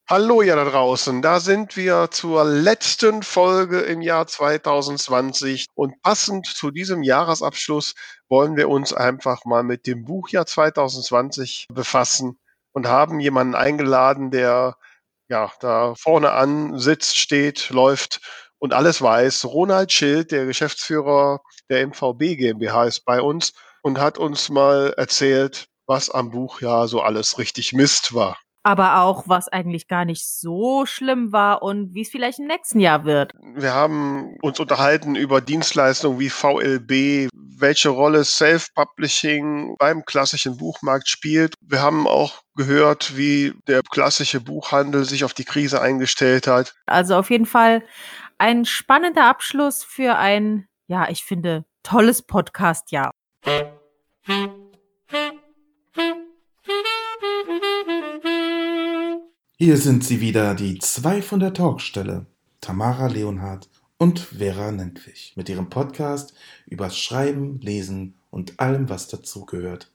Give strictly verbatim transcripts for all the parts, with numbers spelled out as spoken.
Hallo ihr da draußen, da sind wir zur letzten Folge im Jahr zweitausendzwanzig und passend zu diesem Jahresabschluss wollen wir uns einfach mal mit dem Buchjahr zweitausendzwanzig befassen und haben jemanden eingeladen, der ja da vorne an sitzt, steht, läuft und alles weiß. Ronald Schild, der Geschäftsführer der M V B GmbH, ist bei uns und hat uns mal erzählt, was am Buchjahr so alles richtig Mist war. Aber auch, was eigentlich gar nicht so schlimm war und wie es vielleicht im nächsten Jahr wird. Wir haben uns unterhalten über Dienstleistungen wie V L B, welche Rolle Self-Publishing beim klassischen Buchmarkt spielt. Wir haben auch gehört, wie der klassische Buchhandel sich auf die Krise eingestellt hat. Also auf jeden Fall ein spannender Abschluss für ein, ja, ich finde, tolles Podcast-Jahr. Hier sind sie wieder, die zwei von der Talkstelle, Tamara Leonhardt und Vera Nentwich, mit ihrem Podcast übers Schreiben, Lesen und allem, was dazugehört.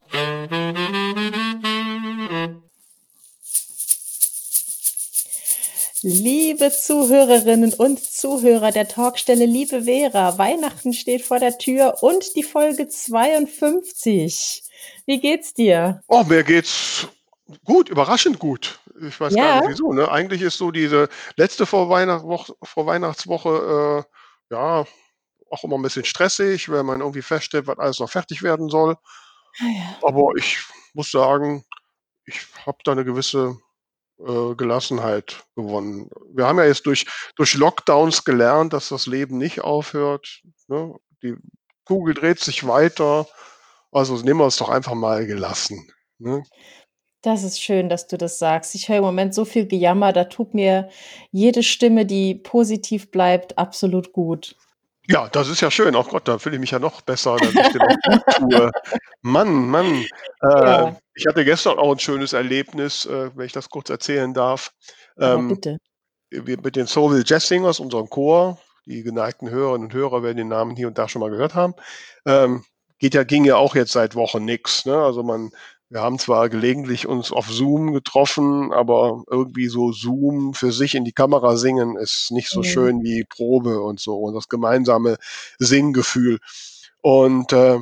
Liebe Zuhörerinnen und Zuhörer der Talkstelle, liebe Vera, Weihnachten steht vor der Tür und die Folge zweiundfünfzig. Wie geht's dir? Oh, mir geht's gut, überraschend gut. Ich weiß gar Ja, nicht wieso, ne? Eigentlich ist so diese letzte Vorweihnachtwoche, Vorweihnachtswoche, äh, ja, auch immer ein bisschen stressig, wenn man irgendwie feststellt, was alles noch fertig werden soll. ah ja, Aber ich muss sagen, ich habe da eine gewisse äh, Gelassenheit gewonnen. Wir haben ja jetzt durch durch Lockdowns gelernt, dass das Leben nicht aufhört, ne? Die Kugel dreht sich weiter, also nehmen wir es doch einfach mal gelassen, ne? das ist schön, dass du das sagst. Ich höre im Moment so viel Gejammer, da tut mir jede Stimme, die positiv bleibt, absolut gut. Ja, das ist ja schön. Ach Gott, da fühle ich mich ja noch besser, dass ich dir noch gut tue. Mann, Mann. Äh, Ja, ich hatte gestern auch 'n schönes Erlebnis, äh, wenn ich das kurz erzählen darf. aber Ähm, bitte. wir mit den Soulville Jazz Singers, unserem Chor, die geneigten Hörerinnen und Hörer werden den Namen hier und da schon mal gehört haben, ähm, geht ja ging ja auch jetzt seit Wochen nix, ne? Also, man wir haben zwar gelegentlich uns auf Zoom getroffen, aber irgendwie so Zoom für sich in die Kamera singen ist nicht so Mhm. schön wie Probe und so und das gemeinsame Singgefühl. Und, äh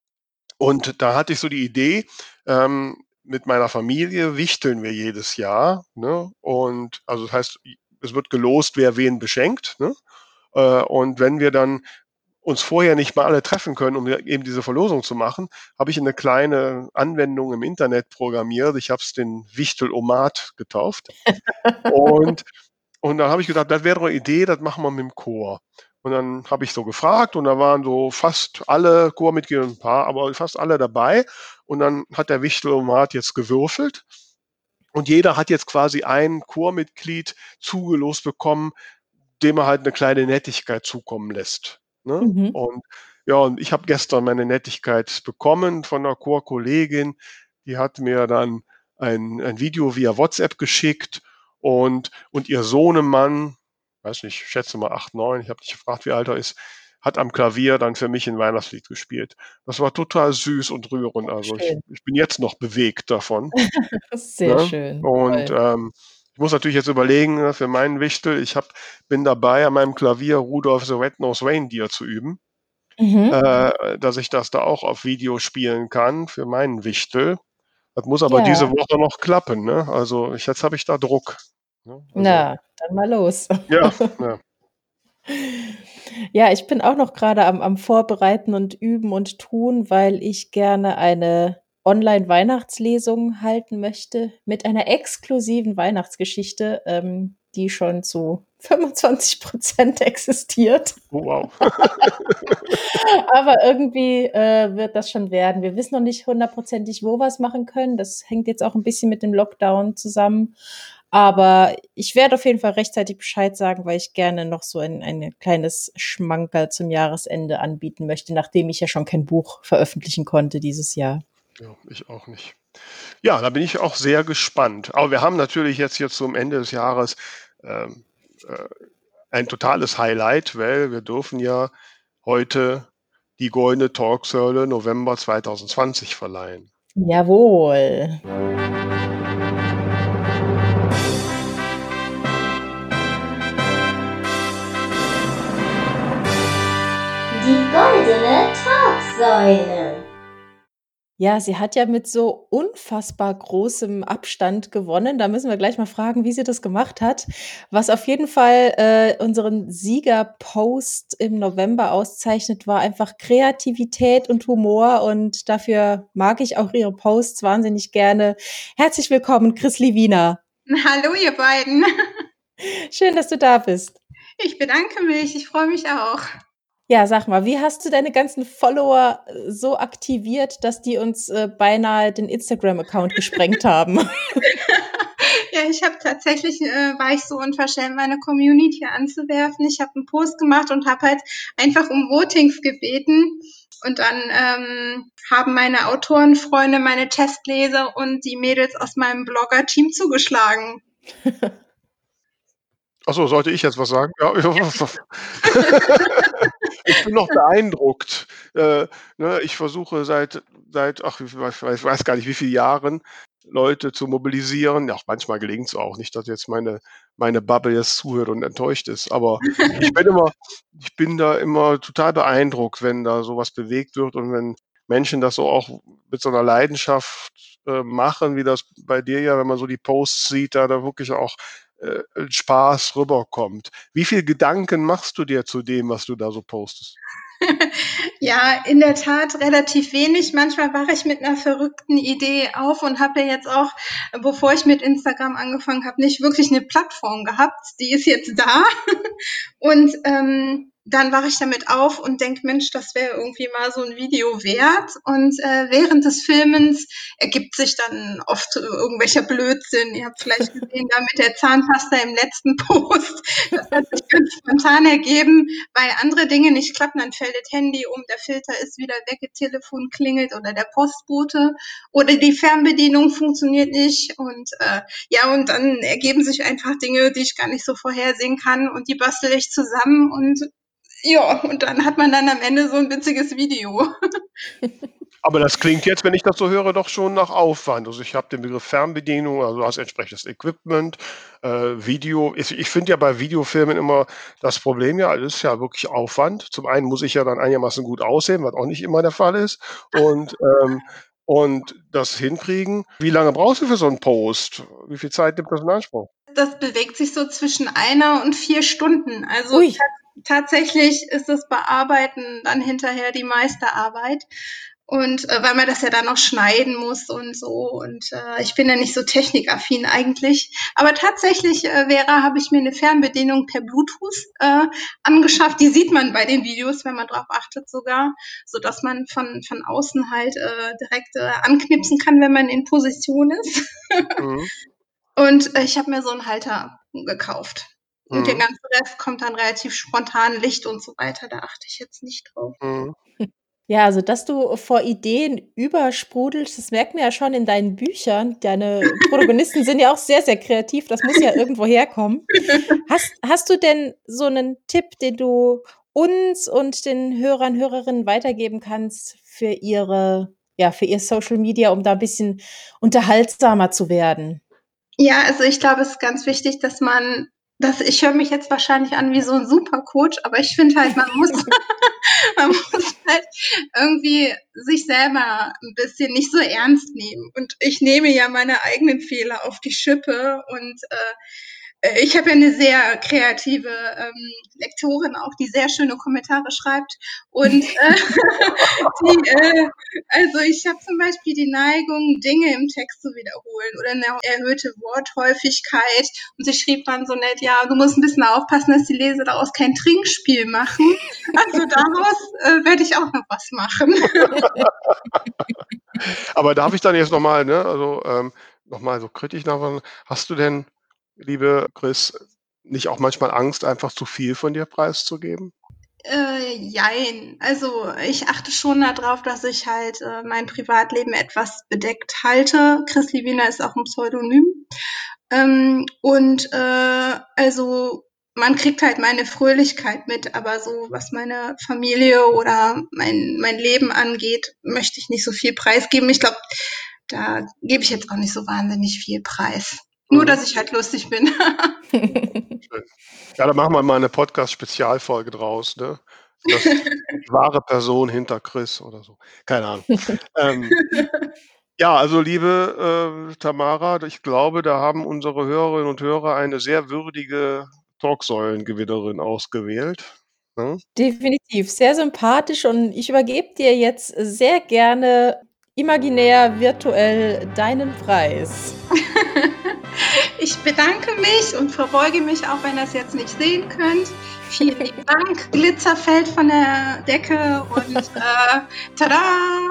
und da hatte ich so die Idee, ähm, mit meiner Familie wichteln wir jedes Jahr, ne? Und also, das heißt, i es wird gelost, wer wen beschenkt, ne? Äh, und wenn wir dann uns vorher nicht mal alle treffen können, um ja eben diese Verlosung zu machen, habe ich eine kleine Anwendung im Internet programmiert. Ich habe es den Wichtel-O-Mat getauft. Und und dann habe ich gedacht, das wäre doch 'ne Idee, das machen wir mit dem Chor. Und dann habe ich so gefragt und da waren so fast alle Chormitglieder, 'n paar, aber fast alle dabei. Und dann hat der Wichtel-O-Mat jetzt gewürfelt und jeder hat jetzt quasi ein Chormitglied zugelost bekommen, dem er halt 'ne kleine Nettigkeit zukommen lässt, ne? Mhm. Und ja, und ich habe gestern meine Nettigkeit bekommen von 'ner Chorkollegin. Die hat mir dann ein ein Video via WhatsApp geschickt und und ihr Sohnemann, weiß nicht, ich schätze mal acht, neun, ich habe nicht gefragt, wie alt er ist, hat am Klavier dann für mich 'n Weihnachtslied gespielt. Das war total süß und rührend. Oh, Also, ich schön. ich bin jetzt noch bewegt davon, Sehr ne? schön, Und, toll. ähm, ich muss natürlich jetzt überlegen, ne, für meinen Wichtel, ich habe bin dabei, an meinem Klavier Rudolph the Red-Nosed Reindeer zu üben, Mhm. äh, dass ich das da auch auf Video spielen kann für meinen Wichtel. Das muss aber Ja, diese Woche noch klappen, ne? Also, ich jetzt habe ich da Druck, ne? Also, na, dann mal los. ja, ja. Ja, ich bin auch noch grade am am Vorbereiten und Üben und Tun, weil ich gerne eine Online-Weihnachtslesung halten möchte mit einer exklusiven Weihnachtsgeschichte, ähm, die schon zu fünfundzwanzig Prozent existiert. Oh, wow. Aber irgendwie, äh, wird das schon werden. Wir wissen noch nicht hundertprozentig, wo wir's machen können. Das hängt jetzt auch 'n bisschen mit dem Lockdown zusammen. Aber ich werde auf jeden Fall rechtzeitig Bescheid sagen, weil ich gerne noch so ein ein kleines Schmankerl zum Jahresende anbieten möchte, nachdem ich ja schon kein Buch veröffentlichen konnte dieses Jahr. Ja, ich auch nicht. Ja, da bin ich auch sehr gespannt. Aber wir haben natürlich jetzt hier zum Ende des Jahres, ähm, äh, ein totales Highlight, weil wir dürfen ja heute die Goldene Talksäule November zweitausendzwanzig verleihen. Jawohl. Litfaßsäulen. Ja, sie hat ja mit so unfassbar großem Abstand gewonnen. Da müssen wir gleich mal fragen, wie sie das gemacht hat. Was auf jeden Fall äh, unseren Siegerpost im November auszeichnet, war einfach Kreativität und Humor. Und dafür mag ich auch ihre Posts wahnsinnig gerne. Herzlich willkommen, Chris Livina. Hallo, ihr beiden. Schön, dass du da bist. Ich bedanke mich. Ich freue mich auch. Ja, sag mal, wie hast du deine ganzen Follower äh, so aktiviert, dass die uns äh, beinahe den Instagram-Account gesprengt haben? Ja, ich habe tatsächlich, äh, war ich so unverschämt, meine Community anzuwerfen. Ich habe einen Post gemacht und habe halt einfach um Votings gebeten. Und dann ähm, haben meine Autorenfreunde, meine Testleser und die Mädels aus meinem Blogger-Team zugeschlagen. Achso, sollte ich jetzt was sagen? Ja, ich bin noch beeindruckt. Äh, ne, ich versuche seit, seit ach, ich weiß, ich weiß gar nicht wie viele Jahren, Leute zu mobilisieren. Ja, auch manchmal gelingt es auch nicht, dass jetzt meine, meine Bubble jetzt zuhört und enttäuscht ist. Aber ich bin immer, ich bin da immer total beeindruckt, wenn da sowas bewegt wird und wenn Menschen das so auch mit so einer Leidenschaft äh, machen, wie das bei dir ja, wenn man so die Posts sieht, da da wirklich auch äh, Spaß rüberkommt. Wie viel Gedanken machst du dir zu dem, was du da so postest? Ja, in der Tat relativ wenig. Manchmal wache ich mit einer verrückten Idee auf und habe ja jetzt auch, bevor ich mit Instagram angefangen habe, nicht wirklich eine Plattform gehabt. Die ist jetzt da. Und ähm, dann wache ich damit auf und denke, Mensch, das wäre irgendwie mal so ein Video wert. Und äh, während des Filmens ergibt sich dann oft irgendwelcher Blödsinn. Ihr habt vielleicht gesehen, da mit der Zahnpasta im letzten Post. Das hat sich ganz spontan ergeben, weil andere Dinge nicht klappen. Dann fällt das Handy um, der Filter ist wieder weg, das Telefon klingelt oder der Postbote oder die Fernbedienung funktioniert nicht. Und äh, ja, und dann ergeben sich einfach Dinge, die ich gar nicht so vorhersehen kann. Und die bastel ich zusammen und ja, und dann hat man dann am Ende so ein witziges Video. Aber das klingt jetzt, wenn ich das so höre, doch schon nach Aufwand. Also ich habe den Begriff Fernbedienung, also du hast entsprechendes Equipment, äh, Video. Ich, ich finde ja bei Videofilmen immer das Problem, ja, das ist ja wirklich Aufwand. Zum einen muss ich ja dann einigermaßen gut aussehen, was auch nicht immer der Fall ist. Und, ähm, und das hinkriegen. Wie lange brauchst du für so einen Post? Wie viel Zeit nimmt das in Anspruch? Das bewegt sich so zwischen einer und vier Stunden. Also Ui. ta- tatsächlich ist das Bearbeiten dann hinterher die meiste Arbeit. Und äh, weil man das ja dann noch schneiden muss und so. Und äh, ich bin ja nicht so technikaffin eigentlich. Aber tatsächlich, äh, Vera, habe ich mir eine Fernbedienung per Bluetooth äh, angeschafft. Die sieht man bei den Videos, wenn man drauf achtet sogar, so dass man von von außen halt äh, direkt äh, anknipsen kann, wenn man in Position ist. Mhm. Und äh, ich habe mir so einen Halter gekauft. Und der Mhm. ganze Rest kommt dann relativ spontan, Licht und so weiter. Da achte ich jetzt nicht drauf. Mhm. Ja, also dass du vor Ideen übersprudelst, das merkt man ja schon in deinen Büchern. Deine Protagonisten sind ja auch sehr, sehr kreativ. Das muss ja irgendwo herkommen. Hast, hast du denn so einen Tipp, den du uns und den Hörern, Hörerinnen weitergeben kannst für ihre, ja, für ihr Social Media, um da ein bisschen unterhaltsamer zu werden? Ja, also ich glaube, es ist ganz wichtig, dass man, dass ich höre mich jetzt wahrscheinlich an wie so ein Supercoach, aber ich finde halt, man muss, man muss halt irgendwie sich selber ein bisschen nicht so ernst nehmen. Und ich nehme ja meine eigenen Fehler auf die Schippe und äh, ich habe ja eine sehr kreative ähm, Lektorin auch, die sehr schöne Kommentare schreibt. Und äh, die, äh, also ich habe zum Beispiel die Neigung, Dinge im Text zu wiederholen oder eine erhöhte Worthäufigkeit. Und sie schrieb dann so nett, ja, du musst ein bisschen aufpassen, dass die Leser daraus kein Trinkspiel machen. Also daraus äh, werde ich auch noch was machen. Aber darf ich dann jetzt nochmal, ne, also ähm, nochmal so kritisch nachfragen, hast du denn, liebe Chris, nicht auch manchmal Angst, einfach zu viel von dir preiszugeben? Äh, jein. Also ich achte schon darauf, dass ich halt äh, mein Privatleben etwas bedeckt halte. Chris Livina ist auch ein Pseudonym. Ähm, und äh, also man kriegt halt meine Fröhlichkeit mit, aber so was meine Familie oder mein, mein Leben angeht, möchte ich nicht so viel preisgeben. Ich glaube, da gebe ich jetzt auch nicht so wahnsinnig viel Preis. Nur, Mhm. dass ich halt lustig bin. Schön. Ja, da machen wir mal eine Podcast-Spezialfolge draus, ne? Das die wahre Person hinter Chris oder so. Keine Ahnung. Ähm, ja, also liebe, äh, Tamara, ich glaube, da haben unsere Hörerinnen und Hörer eine sehr würdige Talksäulengewinnerin ausgewählt, ne? Definitiv, sehr sympathisch und ich übergebe dir jetzt sehr gerne imaginär, virtuell deinen Preis. Ich bedanke mich und verbeuge mich, auch wenn ihr es jetzt nicht sehen könnt. Vielen lieben Dank. Glitzer fällt von der Decke und äh, tada!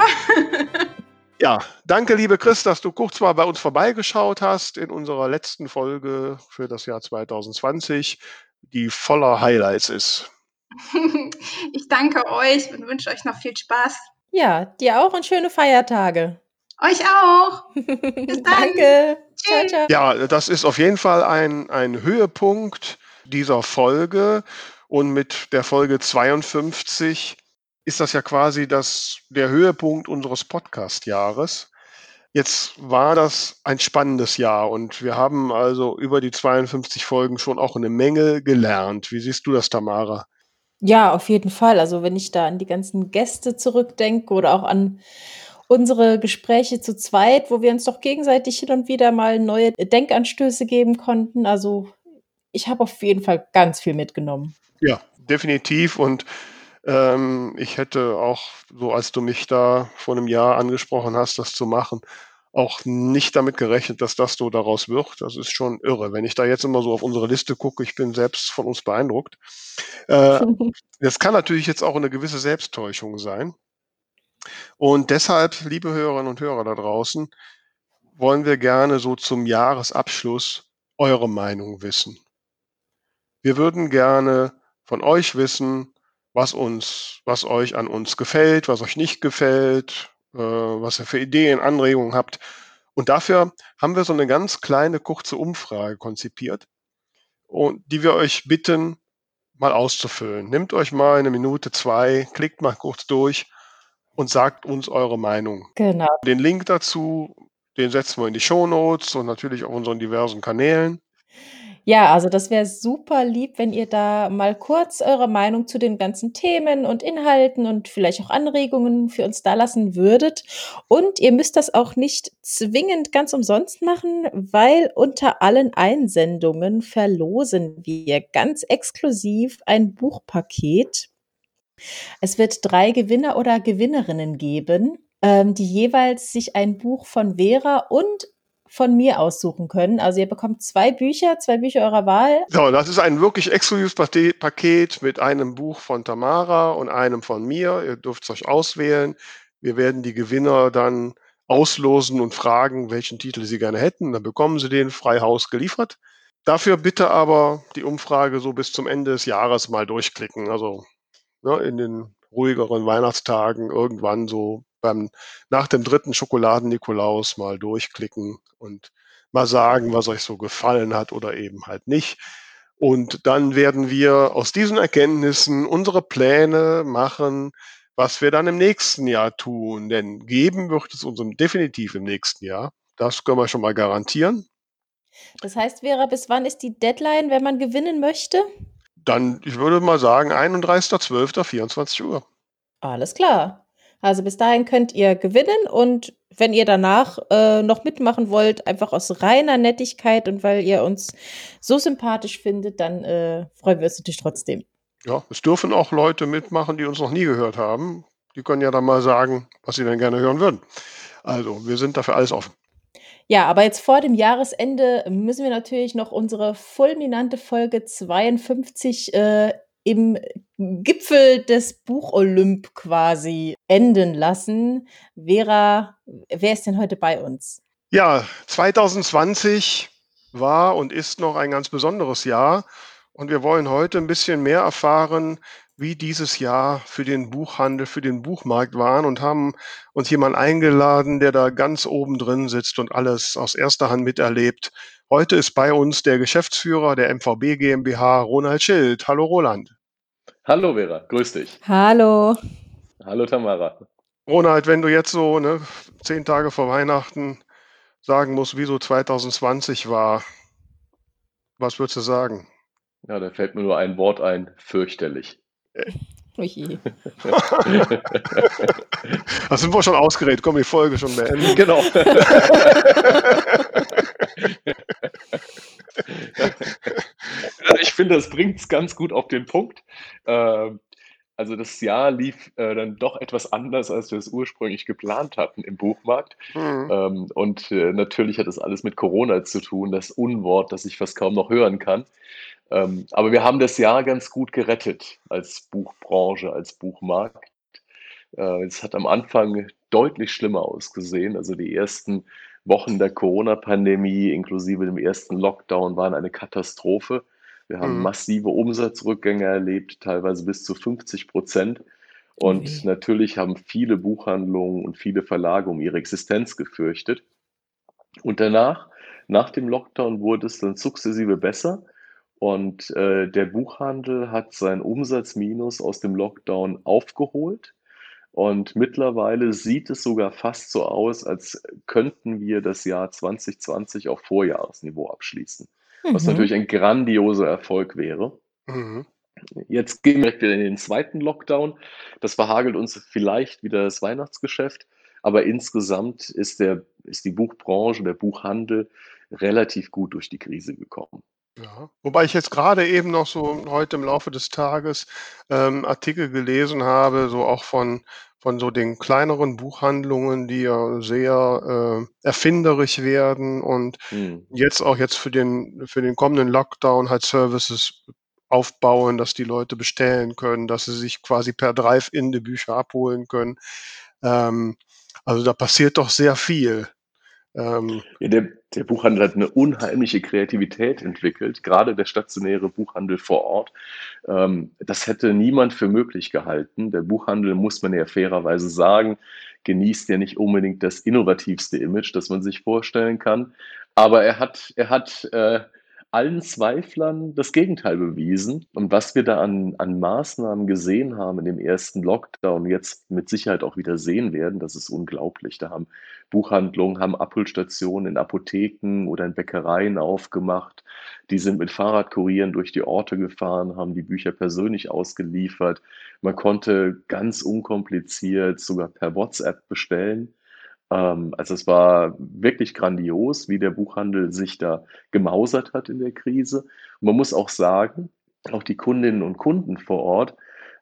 Ja, danke, liebe Chris, dass du kurz mal bei uns vorbeigeschaut hast in unserer letzten Folge für das Jahr zwanzig zwanzig, die voller Highlights ist. Ich danke euch und wünsche euch noch viel Spaß. Ja, dir auch und schöne Feiertage. Euch auch. Bis dann. Danke. Ciao, Tschüss. ciao. Ja, das ist auf jeden Fall ein, ein Höhepunkt dieser Folge. Und mit der Folge zweiundfünfzig ist das ja quasi das, der Höhepunkt unseres Podcast-Jahres. Jetzt war das ein spannendes Jahr und wir haben also über die zweiundfünfzig Folgen schon auch eine Menge gelernt. Wie siehst du das, Tamara? Ja, auf jeden Fall. Also wenn ich da an die ganzen Gäste zurückdenke oder auch an unsere Gespräche zu zweit, wo wir uns doch gegenseitig hin und wieder mal neue Denkanstöße geben konnten. Also ich habe auf jeden Fall ganz viel mitgenommen. Ja, definitiv. Und ähm, ich hätte auch, so als du mich da vor einem Jahr angesprochen hast, das zu machen, auch nicht damit gerechnet, dass das so daraus wird. Das ist schon irre. Wenn ich da jetzt immer so auf unsere Liste gucke, ich bin selbst von uns beeindruckt. Äh, das kann natürlich jetzt auch eine gewisse Selbsttäuschung sein. Und deshalb, liebe Hörerinnen und Hörer da draußen, wollen wir gerne so zum Jahresabschluss eure Meinung wissen. Wir würden gerne von euch wissen, was uns, was euch an uns gefällt, was euch nicht gefällt, äh, was ihr für Ideen, Anregungen habt. Und dafür haben wir so eine ganz kleine, kurze Umfrage konzipiert, und die wir euch bitten, mal auszufüllen. Nehmt euch mal eine Minute, zwei, klickt mal kurz durch und sagt uns eure Meinung. Genau. Den Link dazu, den setzen wir in die Shownotes und natürlich auf unseren diversen Kanälen. Ja, also das wäre super lieb, wenn ihr da mal kurz eure Meinung zu den ganzen Themen und Inhalten und vielleicht auch Anregungen für uns da lassen würdet. Und ihr müsst das auch nicht zwingend ganz umsonst machen, weil unter allen Einsendungen verlosen wir ganz exklusiv ein Buchpaket. Es wird drei Gewinner oder Gewinnerinnen geben, ähm, die jeweils sich ein Buch von Vera und von mir aussuchen können. Also ihr bekommt zwei Bücher, zwei Bücher eurer Wahl. So, das ist ein wirklich exklusives Pate- Paket mit einem Buch von Tamara und einem von mir. Ihr dürft es euch auswählen. Wir werden die Gewinner dann auslosen und fragen, welchen Titel sie gerne hätten. Dann bekommen sie den frei Haus geliefert. Dafür bitte aber die Umfrage so bis zum Ende des Jahres mal durchklicken. Also ne, in den ruhigeren Weihnachtstagen irgendwann so beim, nach dem dritten Schokoladen-Nikolaus mal durchklicken und mal sagen, was euch so gefallen hat oder eben halt nicht. Und dann werden wir aus diesen Erkenntnissen unsere Pläne machen, was wir dann im nächsten Jahr tun. Denn geben wird es uns definitiv im nächsten Jahr. Das können wir schon mal garantieren. Das heißt, Vera, bis wann ist die Deadline, wenn man gewinnen möchte? Dann, ich würde mal sagen, einunddreißigster zwölfter vierundzwanzig Uhr. Alles klar. Also bis dahin könnt ihr gewinnen und wenn ihr danach äh, noch mitmachen wollt, einfach aus reiner Nettigkeit und weil ihr uns so sympathisch findet, dann äh, freuen wir uns natürlich trotzdem. Ja, es dürfen auch Leute mitmachen, die uns noch nie gehört haben. Die können ja dann mal sagen, was sie denn gerne hören würden. Also, wir sind dafür alles offen. Ja, aber jetzt vor dem Jahresende müssen wir natürlich noch unsere fulminante Folge zweiundfünfzig äh, im Gipfel des Buch-Olymp quasi enden lassen. Vera, wer ist denn heute bei uns? Ja, zwanzig zwanzig war und ist noch ein ganz besonderes Jahr. Und wir wollen heute ein bisschen mehr erfahren, wie dieses Jahr für den Buchhandel, für den Buchmarkt war, und haben uns jemanden eingeladen, der da ganz oben drin sitzt und alles aus erster Hand miterlebt. Heute ist bei uns der Geschäftsführer der M V B GmbH, Ronald Schild. Hallo Roland. Hallo Vera, grüß dich. Hallo. Hallo Tamara. Ronald, wenn du jetzt so ne, zehn Tage vor Weihnachten sagen musst, wie so zwanzig zwanzig war, was würdest du sagen? Ja, da fällt mir nur ein Wort ein, fürchterlich. Oh je. Da sind wir schon ausgeredet. Komm, die Folge schon beenden. Genau. Ich finde, das bringt es ganz gut auf den Punkt. Ähm, Also das Jahr lief äh, dann doch etwas anders, als wir es ursprünglich geplant hatten im Buchmarkt. Mhm. Ähm, und äh, natürlich hat das alles mit Corona zu tun, das Unwort, das ich fast kaum noch hören kann. Ähm, aber wir haben das Jahr ganz gut gerettet als Buchbranche, als Buchmarkt. Äh, es hat am Anfang deutlich schlimmer ausgesehen. Also die ersten Wochen der Corona-Pandemie inklusive dem ersten Lockdown waren eine Katastrophe. Wir haben Mhm. massive Umsatzrückgänge erlebt, teilweise bis zu fünfzig Prozent. Oh Und weh. natürlich haben viele Buchhandlungen und viele Verlage um ihre Existenz gefürchtet. Und danach, nach dem Lockdown, wurde es dann sukzessive besser. Und äh, der Buchhandel hat sein Umsatzminus aus dem Lockdown aufgeholt. Und mittlerweile sieht es sogar fast so aus, als könnten wir das Jahr zwanzig zwanzig auf Vorjahresniveau abschließen, was natürlich Mhm. ein grandioser Erfolg wäre. Mhm. Jetzt gehen wir direkt wieder in den zweiten Lockdown. Das verhagelt uns vielleicht wieder das Weihnachtsgeschäft, aber insgesamt ist der, ist die Buchbranche, der Buchhandel relativ gut durch die Krise gekommen. Ja. Wobei ich jetzt gerade eben noch so heute im Laufe des Tages ähm, Artikel gelesen habe, so auch von, von so den kleineren Buchhandlungen, die ja sehr äh, erfinderisch werden und Hm. jetzt auch jetzt für den, für den kommenden Lockdown halt Services aufbauen, dass die Leute bestellen können, dass sie sich quasi per Drive-In die Bücher abholen können. Ähm, also da passiert doch sehr viel. Ähm, Ja, der, der Buchhandel hat eine unheimliche Kreativität entwickelt, gerade der stationäre Buchhandel vor Ort. Ähm, das hätte niemand für möglich gehalten. Der Buchhandel, muss man ja fairerweise sagen, genießt ja nicht unbedingt das innovativste Image, das man sich vorstellen kann. Aber er hat, er hat äh, allen Zweiflern das Gegenteil bewiesen. Und was wir da an, an Maßnahmen gesehen haben in dem ersten Lockdown, jetzt mit Sicherheit auch wieder sehen werden, das ist unglaublich. Da haben Buchhandlungen, haben Abholstationen in Apotheken oder in Bäckereien aufgemacht. Die sind mit Fahrradkurieren durch die Orte gefahren, haben die Bücher persönlich ausgeliefert. Man konnte ganz unkompliziert sogar per WhatsApp bestellen. Ähm, also es war wirklich grandios, wie der Buchhandel sich da gemausert hat in der Krise. Und man muss auch sagen, auch die Kundinnen und Kunden vor Ort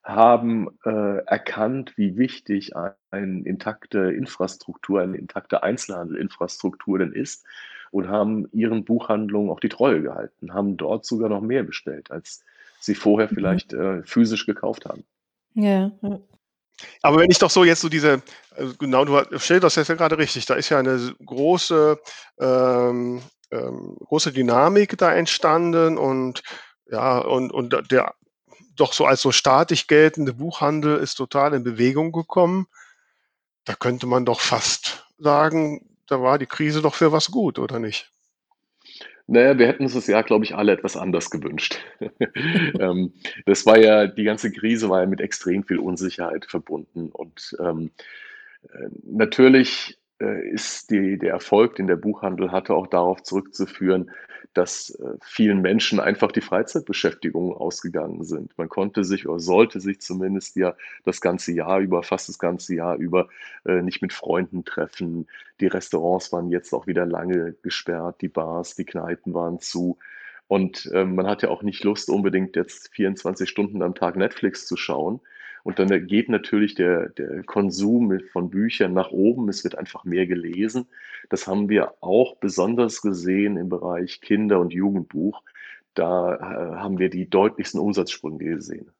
haben äh, erkannt, wie wichtig ein, eine intakte Infrastruktur, eine intakte Einzelhandelinfrastruktur denn ist und haben ihren Buchhandlungen auch die Treue gehalten, haben dort sogar noch mehr bestellt, als sie vorher Mhm. vielleicht äh, physisch gekauft haben. Ja, ja. Aber wenn ich doch so jetzt so diese, also genau, du hast- schilderst das ja gerade richtig, da ist ja eine große, ähm, ähm, große Dynamik da entstanden und ja, und, und da- der doch so als so statisch geltende Buchhandel ist total in Bewegung gekommen. Da könnte man doch fast sagen, da war die Krise doch für was gut, oder nicht? Naja, wir hätten uns das Jahr, glaube ich, alle etwas anders gewünscht. Ähm, das war ja, die ganze Krise war ja mit extrem viel Unsicherheit verbunden. Und ähm, äh, natürlich äh, ist die, der Erfolg, den der Buchhandel hatte, auch darauf zurückzuführen, dass äh, vielen Menschen einfach die Freizeitbeschäftigungen ausgegangen sind. Man konnte sich oder sollte sich zumindest ja das ganze Jahr über, fast das ganze Jahr über, äh, nicht mit Freunden treffen. Die Restaurants waren jetzt auch wieder lange gesperrt, die Bars, die Kneipen waren zu. Und ähm, man hat ja auch nicht Lust, unbedingt jetzt vierundzwanzig Stunden am Tag Netflix zu schauen. Und dann geht natürlich der, der Konsum von Büchern nach oben. Es wird einfach mehr gelesen. Das haben wir auch besonders gesehen im Bereich Kinder- und Jugendbuch. Da äh, haben wir die deutlichsten Umsatzsprünge gesehen.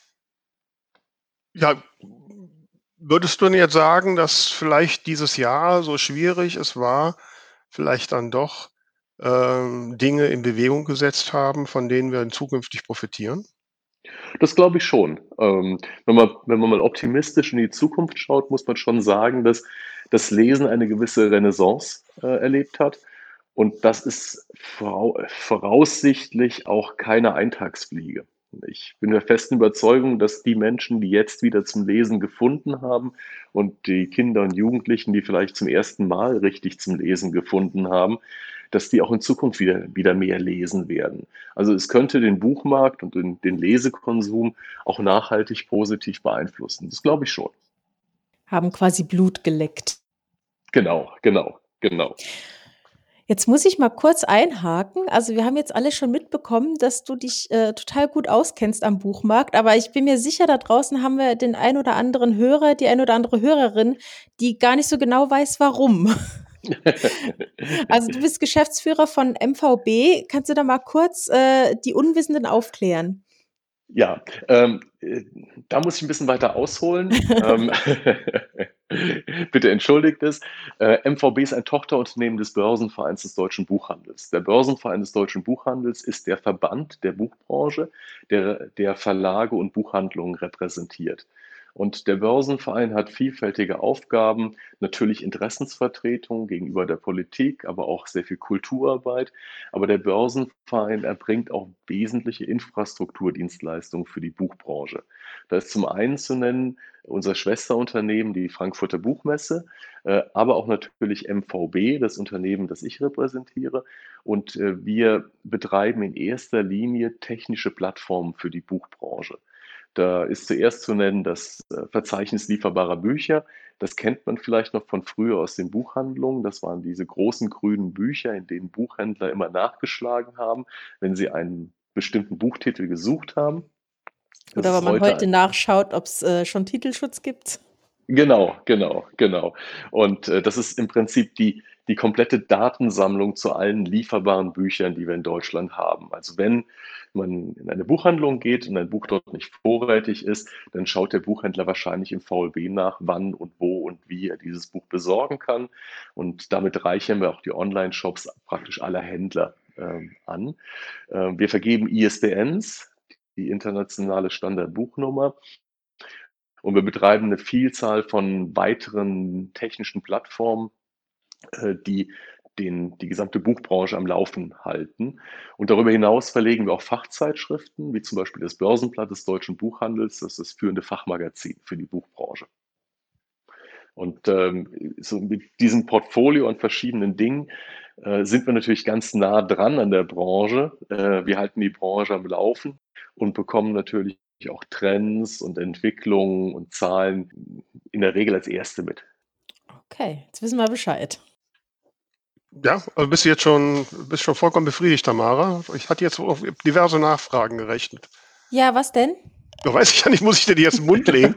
Ja, würdest du denn jetzt sagen, dass vielleicht dieses Jahr, so schwierig es war, vielleicht dann doch ähm, Dinge in Bewegung gesetzt haben, von denen wir zukünftig profitieren? Das glaube ich schon. Ähm, wenn man, wenn man mal optimistisch in die Zukunft schaut, muss man schon sagen, dass das Lesen eine gewisse Renaissance äh, erlebt hat. Und das ist vorau voraussichtlich auch keine Eintagsfliege. Ich bin der festen Überzeugung, dass die Menschen, die jetzt wieder zum Lesen gefunden haben und die Kinder und Jugendlichen, die vielleicht zum ersten Mal richtig zum Lesen gefunden haben, dass die auch in Zukunft wieder, wieder mehr lesen werden. Also es könnte den Buchmarkt und den, den Lesekonsum auch nachhaltig positiv beeinflussen. Das glaube ich schon. Haben quasi Blut geleckt. Genau, genau, genau. Jetzt muss ich mal kurz einhaken. Also wir haben jetzt alle schon mitbekommen, dass du dich äh, total gut auskennst am Buchmarkt. Aber ich bin mir sicher, da draußen haben wir den ein oder anderen Hörer, die ein oder andere Hörerin, die gar nicht so genau weiß, warum. Also du bist Geschäftsführer von M V B. Kannst du da mal kurz äh, die Unwissenden aufklären? Ja, ähm, äh, da muss ich ein bisschen weiter ausholen. ähm, bitte entschuldigt es. Äh, M V B ist ein Tochterunternehmen des Börsenvereins des Deutschen Buchhandels. Der Börsenverein des Deutschen Buchhandels ist der Verband der Buchbranche, der, der Verlage und Buchhandlungen repräsentiert. Und der Börsenverein hat vielfältige Aufgaben, natürlich Interessensvertretung gegenüber der Politik, aber auch sehr viel Kulturarbeit. Aber der Börsenverein erbringt auch wesentliche Infrastrukturdienstleistungen für die Buchbranche. Da ist zum einen zu nennen unser Schwesterunternehmen, die Frankfurter Buchmesse, äh, aber auch natürlich M V B, das Unternehmen, das ich repräsentiere. Und äh, wir betreiben in erster Linie technische Plattformen für die Buchbranche. Da ist zuerst zu nennen das äh, Verzeichnis lieferbarer Bücher. Das kennt man vielleicht noch von früher aus den Buchhandlungen. Das waren diese großen grünen Bücher, in denen Buchhändler immer nachgeschlagen haben, wenn sie einen bestimmten Buchtitel gesucht haben. Das Oder ist wenn man heute heute ein, nachschaut, ob es äh, schon Titelschutz gibt. Genau, genau, genau. Und äh, das ist im Prinzip die, die komplette Datensammlung zu allen lieferbaren Büchern, die wir in Deutschland haben. Also wenn man in eine Buchhandlung geht und ein Buch dort nicht vorrätig ist, dann schaut der Buchhändler wahrscheinlich im V L B nach, wann und wo und wie er dieses Buch besorgen kann. Und damit reichern wir auch die Online-Shops praktisch aller Händler ähm, an. Ähm, wir vergeben I S B Ns, die internationale Standardbuchnummer. Und wir betreiben eine Vielzahl von weiteren technischen Plattformen, äh, die den, die gesamte Buchbranche am Laufen halten. Und darüber hinaus verlegen wir auch Fachzeitschriften, wie zum Beispiel das Börsenblatt des Deutschen Buchhandels. Das ist das führende Fachmagazin für die Buchbranche. Und ähm, so mit diesem Portfolio an verschiedenen Dingen äh, sind wir natürlich ganz nah dran an der Branche. Äh, wir halten die Branche am Laufen und bekommen natürlich auch Trends und Entwicklungen und Zahlen in der Regel als erste mit. Okay, jetzt wissen wir Bescheid. Ja, also bist du jetzt schon, bist schon vollkommen befriedigt, Tamara? Ich hatte jetzt auf diverse Nachfragen gerechnet. Ja, was denn? Da weiß ich ja nicht, muss ich dir die jetzt in den Mund legen?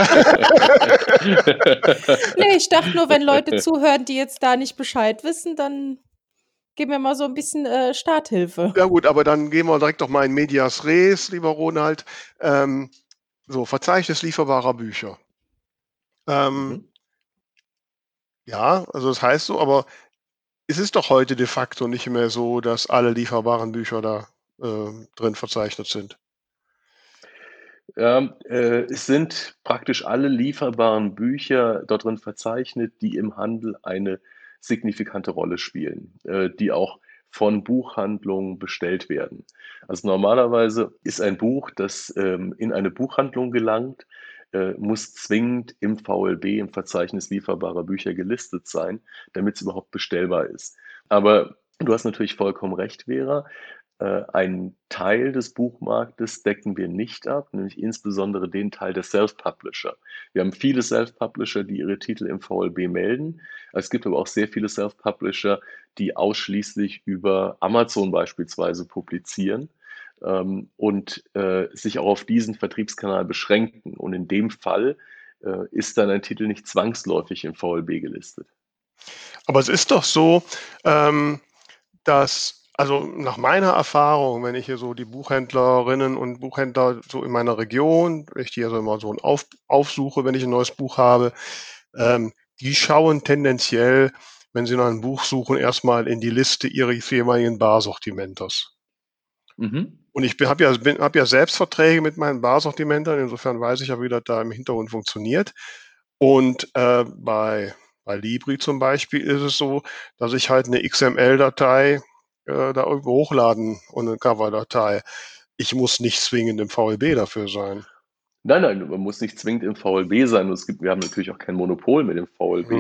Nee, ich dachte nur, wenn Leute zuhören, die jetzt da nicht Bescheid wissen, dann geben wir mal so ein bisschen äh, Starthilfe. Ja gut, aber dann gehen wir direkt doch mal in Medias Res, lieber Ronald. Ähm, so, Verzeichnis lieferbarer Bücher. Ähm, Mhm. ja, also das heißt so, aber es ist doch heute de facto nicht mehr so, dass alle lieferbaren Bücher da äh, drin verzeichnet sind. Ja, äh, es sind praktisch alle lieferbaren Bücher dort drin verzeichnet, die im Handel eine signifikante Rolle spielen, äh, die auch von Buchhandlungen bestellt werden. Also normalerweise ist ein Buch, das ähm, in eine Buchhandlung gelangt, äh, muss zwingend im V L B, im Verzeichnis lieferbarer Bücher, gelistet sein, damit es überhaupt bestellbar ist. Aber du hast natürlich vollkommen recht, Vera. Äh, einen Teil des Buchmarktes decken wir nicht ab, nämlich insbesondere den Teil der Self-Publisher. Wir haben viele Self-Publisher, die ihre Titel im V L B melden. Es gibt aber auch sehr viele Self-Publisher, die ausschließlich über Amazon beispielsweise publizieren ähm, und äh, sich auch auf diesen Vertriebskanal beschränken. Und in dem Fall äh, ist dann ein Titel nicht zwangsläufig im V L B gelistet. Aber es ist doch so, ähm, dass, also nach meiner Erfahrung, wenn ich hier so die Buchhändlerinnen und Buchhändler so in meiner Region, wenn ich die also immer so auf, aufsuche, wenn ich ein neues Buch habe, ähm, die schauen tendenziell, wenn sie nach einem Buch suchen, erstmal in die Liste ihres jeweiligen Barsortimenters. Mhm. Und ich habe ja, bin, hab ja selbst Verträge mit meinen Barsortimentern, insofern weiß ich ja, wie das da im Hintergrund funktioniert. Und äh, bei, bei Libri zum Beispiel ist es so, dass ich halt eine X M L-Datei äh, da irgendwo hochladen und eine Cover-Datei. Ich muss nicht zwingend im V L B dafür sein. Nein, nein, man muss nicht zwingend im V L B sein. Und es gibt, wir haben natürlich auch kein Monopol mit dem V L B. Mhm.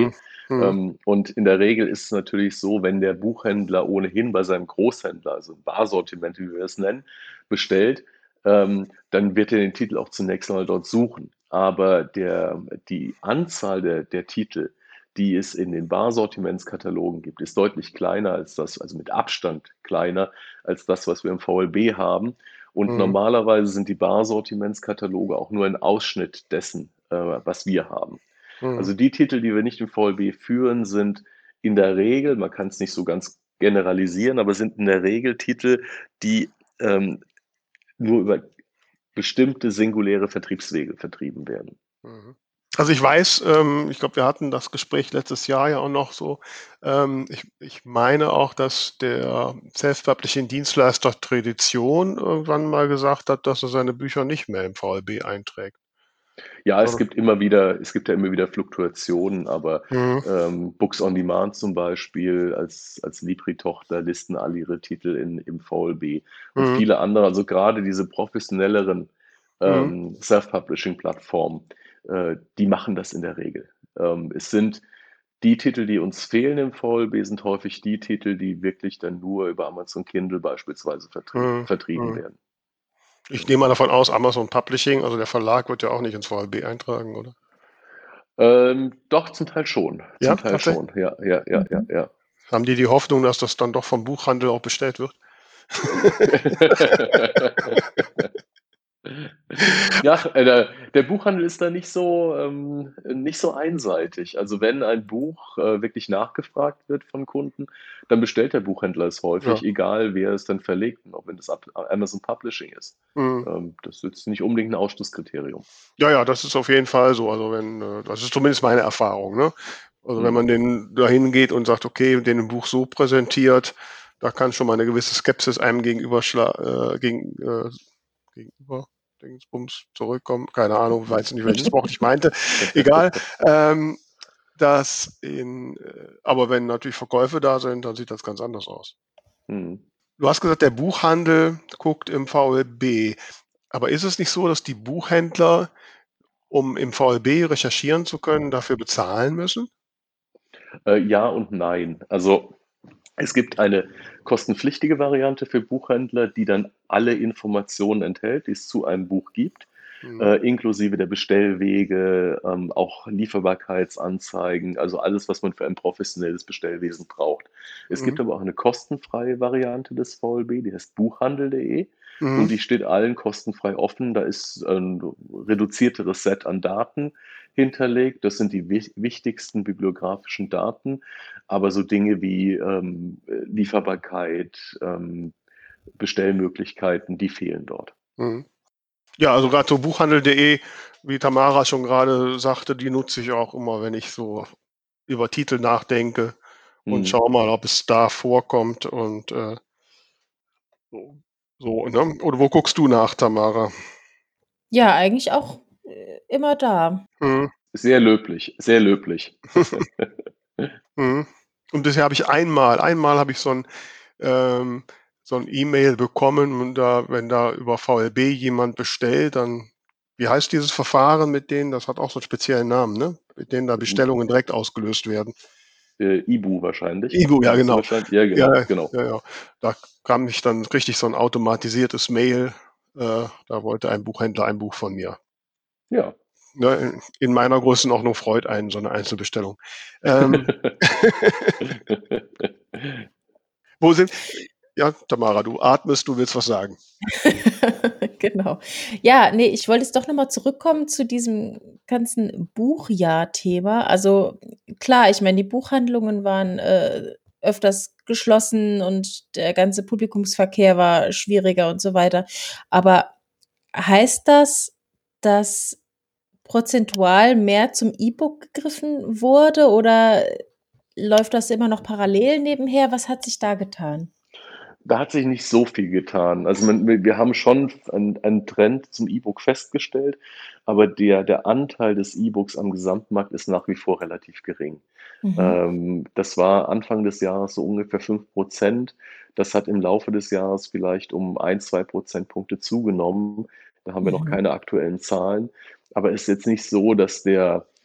Mhm. Ähm, und in der Regel ist es natürlich so, wenn der Buchhändler ohnehin bei seinem Großhändler, also Barsortiment, wie wir es nennen, bestellt, ähm, dann wird er den Titel auch zunächst mal dort suchen. Aber der, die Anzahl der, der Titel, die es in den Barsortimentskatalogen gibt, ist deutlich kleiner als das, also mit Abstand kleiner als das, was wir im V L B haben. Und Mhm. normalerweise sind die Barsortimentskataloge auch nur ein Ausschnitt dessen, äh, was wir haben. Mhm. Also die Titel, die wir nicht im V L B führen, sind in der Regel, man kann es nicht so ganz generalisieren, aber sind in der Regel Titel, die ähm, nur über bestimmte singuläre Vertriebswege vertrieben werden. Mhm. Also ich weiß, ähm, ich glaube, wir hatten das Gespräch letztes Jahr ja auch noch so. Ähm, ich, ich meine auch, dass der Self-Publishing-Dienstleister Tradition irgendwann mal gesagt hat, dass er seine Bücher nicht mehr im V L B einträgt. Ja, es Sondern, gibt immer wieder, es gibt ja immer wieder Fluktuationen, aber mhm. ähm, Books on Demand zum Beispiel als, als Libri-Tochter listen alle ihre Titel in, im V L B und Mhm. viele andere, also gerade diese professionelleren Mhm. ähm, Self-Publishing-Plattformen, äh, die machen das in der Regel. Ähm, es sind die Titel, die uns fehlen im V L B, sind häufig die Titel, die wirklich dann nur über Amazon Kindle beispielsweise vertrieben, Mhm. vertrieben Mhm. werden. Ich nehme mal davon aus, Amazon Publishing, also der Verlag wird ja auch nicht ins V L B eintragen, oder? Ähm, doch, zum Teil schon. Ja, Zum Teil tatsächlich. schon. Ja, ja, ja, ja, Mhm. ja. Haben die die Hoffnung, dass das dann doch vom Buchhandel auch bestellt wird? Ja, äh, der, der Buchhandel ist da nicht so, ähm, nicht so einseitig. Also wenn ein Buch äh, wirklich nachgefragt wird von Kunden, dann bestellt der Buchhändler es Ja. häufig, egal wer es dann verlegt, und auch wenn das Ab- Amazon Publishing ist. Mhm. Ähm, das ist jetzt nicht unbedingt ein Ausschlusskriterium. Ja, ja, das ist auf jeden Fall so. Also wenn, äh, das ist zumindest meine Erfahrung, ne? Also wenn Hm. man den dahin geht und sagt, okay, den im Buch so präsentiert, da kann schon mal eine gewisse Skepsis einem gegenüber schla äh, gegen, äh, gegenüber Dingsbums zurückkommen. Keine Ahnung, weiß nicht, welches Wort ich meinte. Egal. Ähm, das in, äh, aber wenn natürlich Verkäufe da sind, dann sieht das ganz anders aus. Hm. Du hast gesagt, der Buchhandel guckt im V L B. Aber ist es nicht so, dass die Buchhändler, um im V L B recherchieren zu können, dafür bezahlen müssen? Äh, ja und nein. Also es gibt eine kostenpflichtige Variante für Buchhändler, die dann alle Informationen enthält, die es zu einem Buch gibt, Mhm. äh, inklusive der Bestellwege, ähm, auch Lieferbarkeitsanzeigen, also alles, was man für ein professionelles Bestellwesen braucht. Es Mhm. gibt aber auch eine kostenfreie Variante des V L B, die heißt buchhandel punkt de Mhm. und die steht allen kostenfrei offen. Da ist ein reduzierteres Set an Daten hinterlegt. Das sind die wi- wichtigsten bibliografischen Daten, aber so Dinge wie ähm, Lieferbarkeit, ähm, Bestellmöglichkeiten, die fehlen dort. Mhm. Ja, also gerade so buchhandel punkt de, wie Tamara schon gerade sagte, die nutze ich auch immer, wenn ich so über Titel nachdenke und Hm. schaue mal, ob es da vorkommt und äh, so, so, ne? Oder wo guckst du nach, Tamara? Ja, eigentlich auch äh, immer da. Mhm. Sehr löblich, sehr löblich. Mhm. Und bisher habe ich einmal einmal habe ich so 'n ähm, so 'n E-Mail bekommen und da wenn da über V L B jemand bestellt, dann wie heißt dieses Verfahren mit denen? Das hat auch so 'n speziellen Namen, ne? Mit denen da Bestellungen direkt ausgelöst werden. Äh, Ibu wahrscheinlich. Ibu, ja Meinst du genau. wahrscheinlich? Ja, Ja, genau, genau. ja, ja. Da kam nicht dann richtig so 'n automatisiertes Mail, äh, da wollte ein Buchhändler ein Buch von mir. Ja. Ne, in in meiner Größenordnung freut einen so 'ne Einzelbestellung. Ähm, wo sind ja, Tamara, du atmest, du willst was sagen. Genau. Ja, ne, ich wollte jetzt doch noch mal zurückkommen zu diesem ganzen Buchjahr-Thema. Also, klar, ich meine, die Buchhandlungen waren, äh, öfters geschlossen und der ganze Publikumsverkehr war schwieriger und so weiter. Aber heißt das, dass prozentual mehr zum E-Book gegriffen wurde oder läuft das immer noch parallel nebenher? Was hat sich da getan? Da hat sich nicht so viel getan. Also man, wir wir haben schon einen, einen Trend zum E-Book festgestellt, aber der, der Anteil des E-Books am Gesamtmarkt ist nach wie vor relativ gering. Mhm. Ähm, das war Anfang des Jahres so ungefähr fünf Prozent. Das hat im Laufe des Jahres vielleicht um ein, zwei Prozentpunkte zugenommen. Da haben wir noch Mhm. keine aktuellen Zahlen. Aber es ist jetzt nicht so, dass der,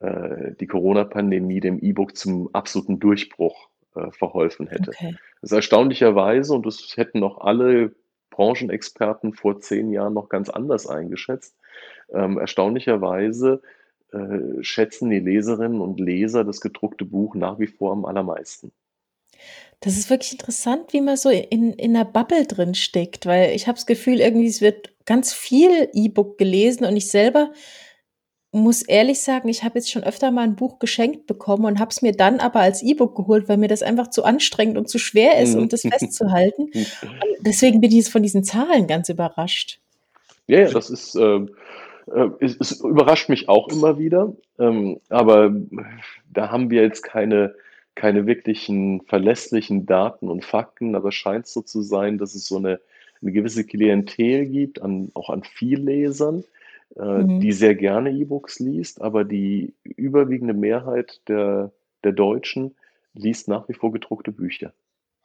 äh, die Corona-Pandemie dem E-Book zum absoluten Durchbruch äh, verholfen hätte. Okay. Das ist erstaunlicherweise, und das hätten noch alle Branchenexperten vor zehn Jahren noch ganz anders eingeschätzt, ähm, erstaunlicherweise äh, schätzen die Leserinnen und Leser das gedruckte Buch nach wie vor am allermeisten. Das ist wirklich interessant, wie man so in, in einer Bubble drin steckt, weil ich habe das Gefühl, irgendwie es wird ganz viel E-Book gelesen und ich selber muss ehrlich sagen, ich habe jetzt schon öfter mal ein Buch geschenkt bekommen und habe es mir dann aber als E-Book geholt, weil mir das einfach zu anstrengend und zu schwer ist, um das festzuhalten. Und deswegen bin ich jetzt von diesen Zahlen ganz überrascht. Ja, ja, das ist, ähm, äh, es, es überrascht mich auch immer wieder, ähm, aber da haben wir jetzt keine, keine wirklichen verlässlichen Daten und Fakten, aber es scheint so zu sein, dass es so eine, eine gewisse Klientel gibt, an, auch an Viellesern, äh, Mhm. die sehr gerne E-Books liest, aber die überwiegende Mehrheit der, der Deutschen liest nach wie vor gedruckte Bücher.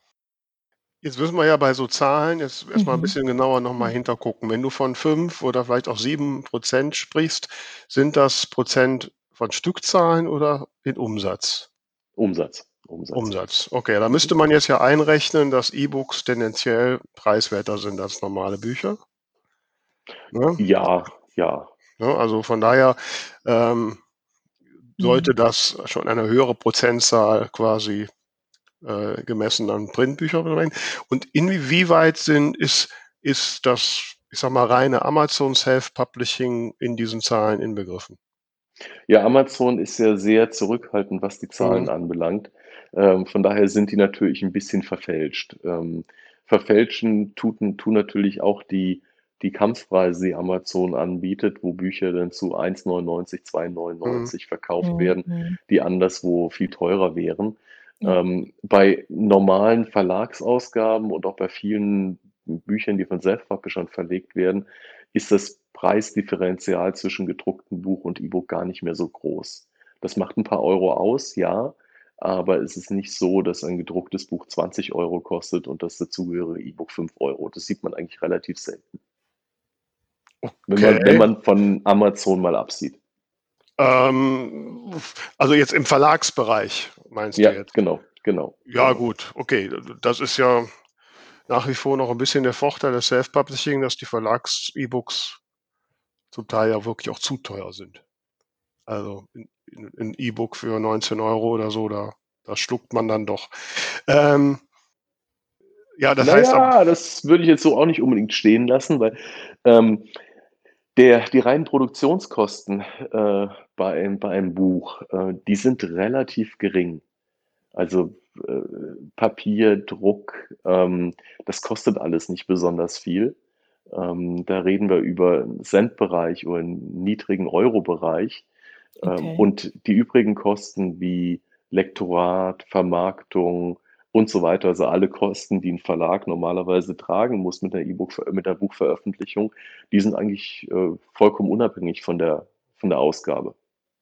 Jetzt müssen wir ja bei so Zahlen jetzt erstmal ein Mhm. bisschen genauer noch mal hintergucken. Wenn du von fünf oder vielleicht auch sieben Prozent sprichst, sind das Prozent von Stückzahlen oder in Umsatz? Umsatz, Umsatz. Umsatz. Okay, da Mhm. müsste man jetzt ja einrechnen, dass E-Books tendenziell preiswerter sind als normale Bücher, ne? Ja, ja. Ne, also von daher, ähm, sollte Mhm. das schon eine höhere Prozentzahl quasi, äh, gemessen an Printbüchern sein. Und inwieweit sind ist ist das, ich sage mal, reine Amazon Self-Publishing in diesen Zahlen inbegriffen? Ja, Amazon ist ja sehr zurückhaltend, was die Zahlen Mhm. anbelangt. Ähm, von daher sind die natürlich ein bisschen verfälscht. Ähm, verfälschen tuten tun natürlich auch die die Kampfpreise, die Amazon anbietet, wo Bücher dann zu eins neunundneunzig, zwei Mhm. neunundneunzig verkauft Mhm. werden, Mhm. die anderswo viel teurer wären. Ja. Ähm, bei normalen Verlagsausgaben und auch bei vielen Büchern, die von Self-Publishern verlegt werden, ist das Preisdifferenzial zwischen gedrucktem Buch und E-Book gar nicht mehr so groß. Das macht ein paar Euro aus, ja, aber es ist nicht so, dass ein gedrucktes Buch zwanzig Euro kostet und das dazugehörige E-Book fünf Euro. Das sieht man eigentlich relativ selten, wenn man, wenn Okay. man von Amazon mal absieht. Ähm, also jetzt im Verlagsbereich meinst du Ja, jetzt? genau, genau, Ja genau. gut, okay. Das ist ja nach wie vor noch ein bisschen der Vorteil des Self-Publishing, dass die Verlags-E-Books zum Teil ja wirklich auch zu teuer sind. Also 'n 'n 'n E-Book für neunzehn Euro oder so, da da schluckt man dann doch. Ähm, ja, das heißt aber Naja, das würde ich jetzt so auch nicht unbedingt stehen lassen, weil ähm, der, die reinen Produktionskosten äh, bei, einem, bei einem Buch, äh, die sind relativ gering. Also äh, Papier, Druck, ähm, das kostet alles nicht besonders viel. Ähm, da reden wir über einen Centbereich oder einen niedrigen Euro-Bereich. Ähm, Okay. und die übrigen Kosten wie Lektorat, Vermarktung und so weiter, also alle Kosten, die ein Verlag normalerweise tragen muss mit der E-Book, mit der Buchveröffentlichung, die sind eigentlich äh, vollkommen unabhängig von der, von der Ausgabe.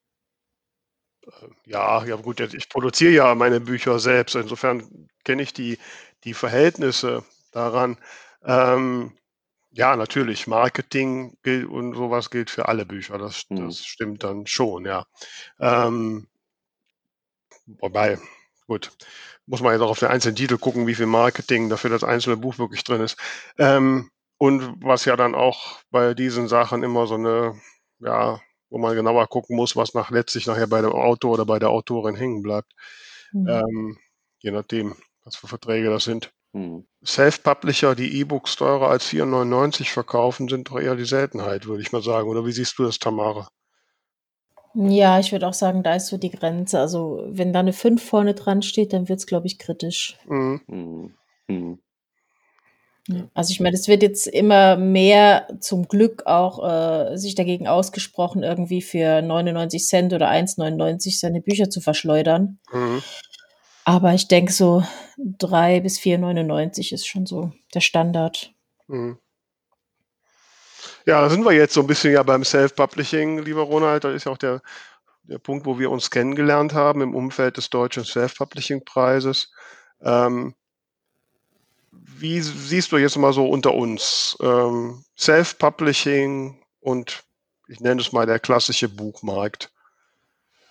ja, ja gut, jetzt ich produziere ja meine Bücher selbst. Insofern kenne ich die die Verhältnisse daran. Ähm, ja, natürlich, Marketing gilt und sowas gilt für alle Bücher. Das Hm. das stimmt dann schon, ja. Ähm, wobei, gut, muss man jetzt auch auf den einzelnen Titel gucken, wie viel Marketing dafür das einzelne Buch wirklich drin ist. Ähm, und was ja dann auch bei diesen Sachen immer so eine, ja, wo man genauer gucken muss, was nach letztlich nachher bei dem Autor oder bei der Autorin hängen bleibt, Mhm. ähm, je nachdem, was für Verträge das sind. Hm. Self-Publisher, die E-Books teurer als vier neunundneunzig verkaufen, sind doch eher die Seltenheit, würde ich mal sagen. Oder wie siehst du das, Tamara? Ja, ich würde auch sagen, da ist so die Grenze. Also, wenn da eine fünf vorne dran steht, dann wird's, glaube ich, kritisch. Mhm. Hm. Hm. Ja. Also, ich meine, es wird jetzt immer mehr zum Glück auch äh, sich dagegen ausgesprochen, irgendwie für neunundneunzig Cent oder eins neunundneunzig seine Bücher zu verschleudern. Mhm. Aber ich denke, so drei bis vier neunundneunzig ist schon so der Standard. Mhm. Ja, da sind wir jetzt so ein bisschen ja beim Self-Publishing, lieber Ronald. Das ist ja auch der der Punkt, wo wir uns kennengelernt haben im Umfeld des Deutschen Self-Publishing-Preises. Ähm, wie siehst du jetzt mal so unter uns, ähm, Self-Publishing und ich nenne es mal der klassische Buchmarkt?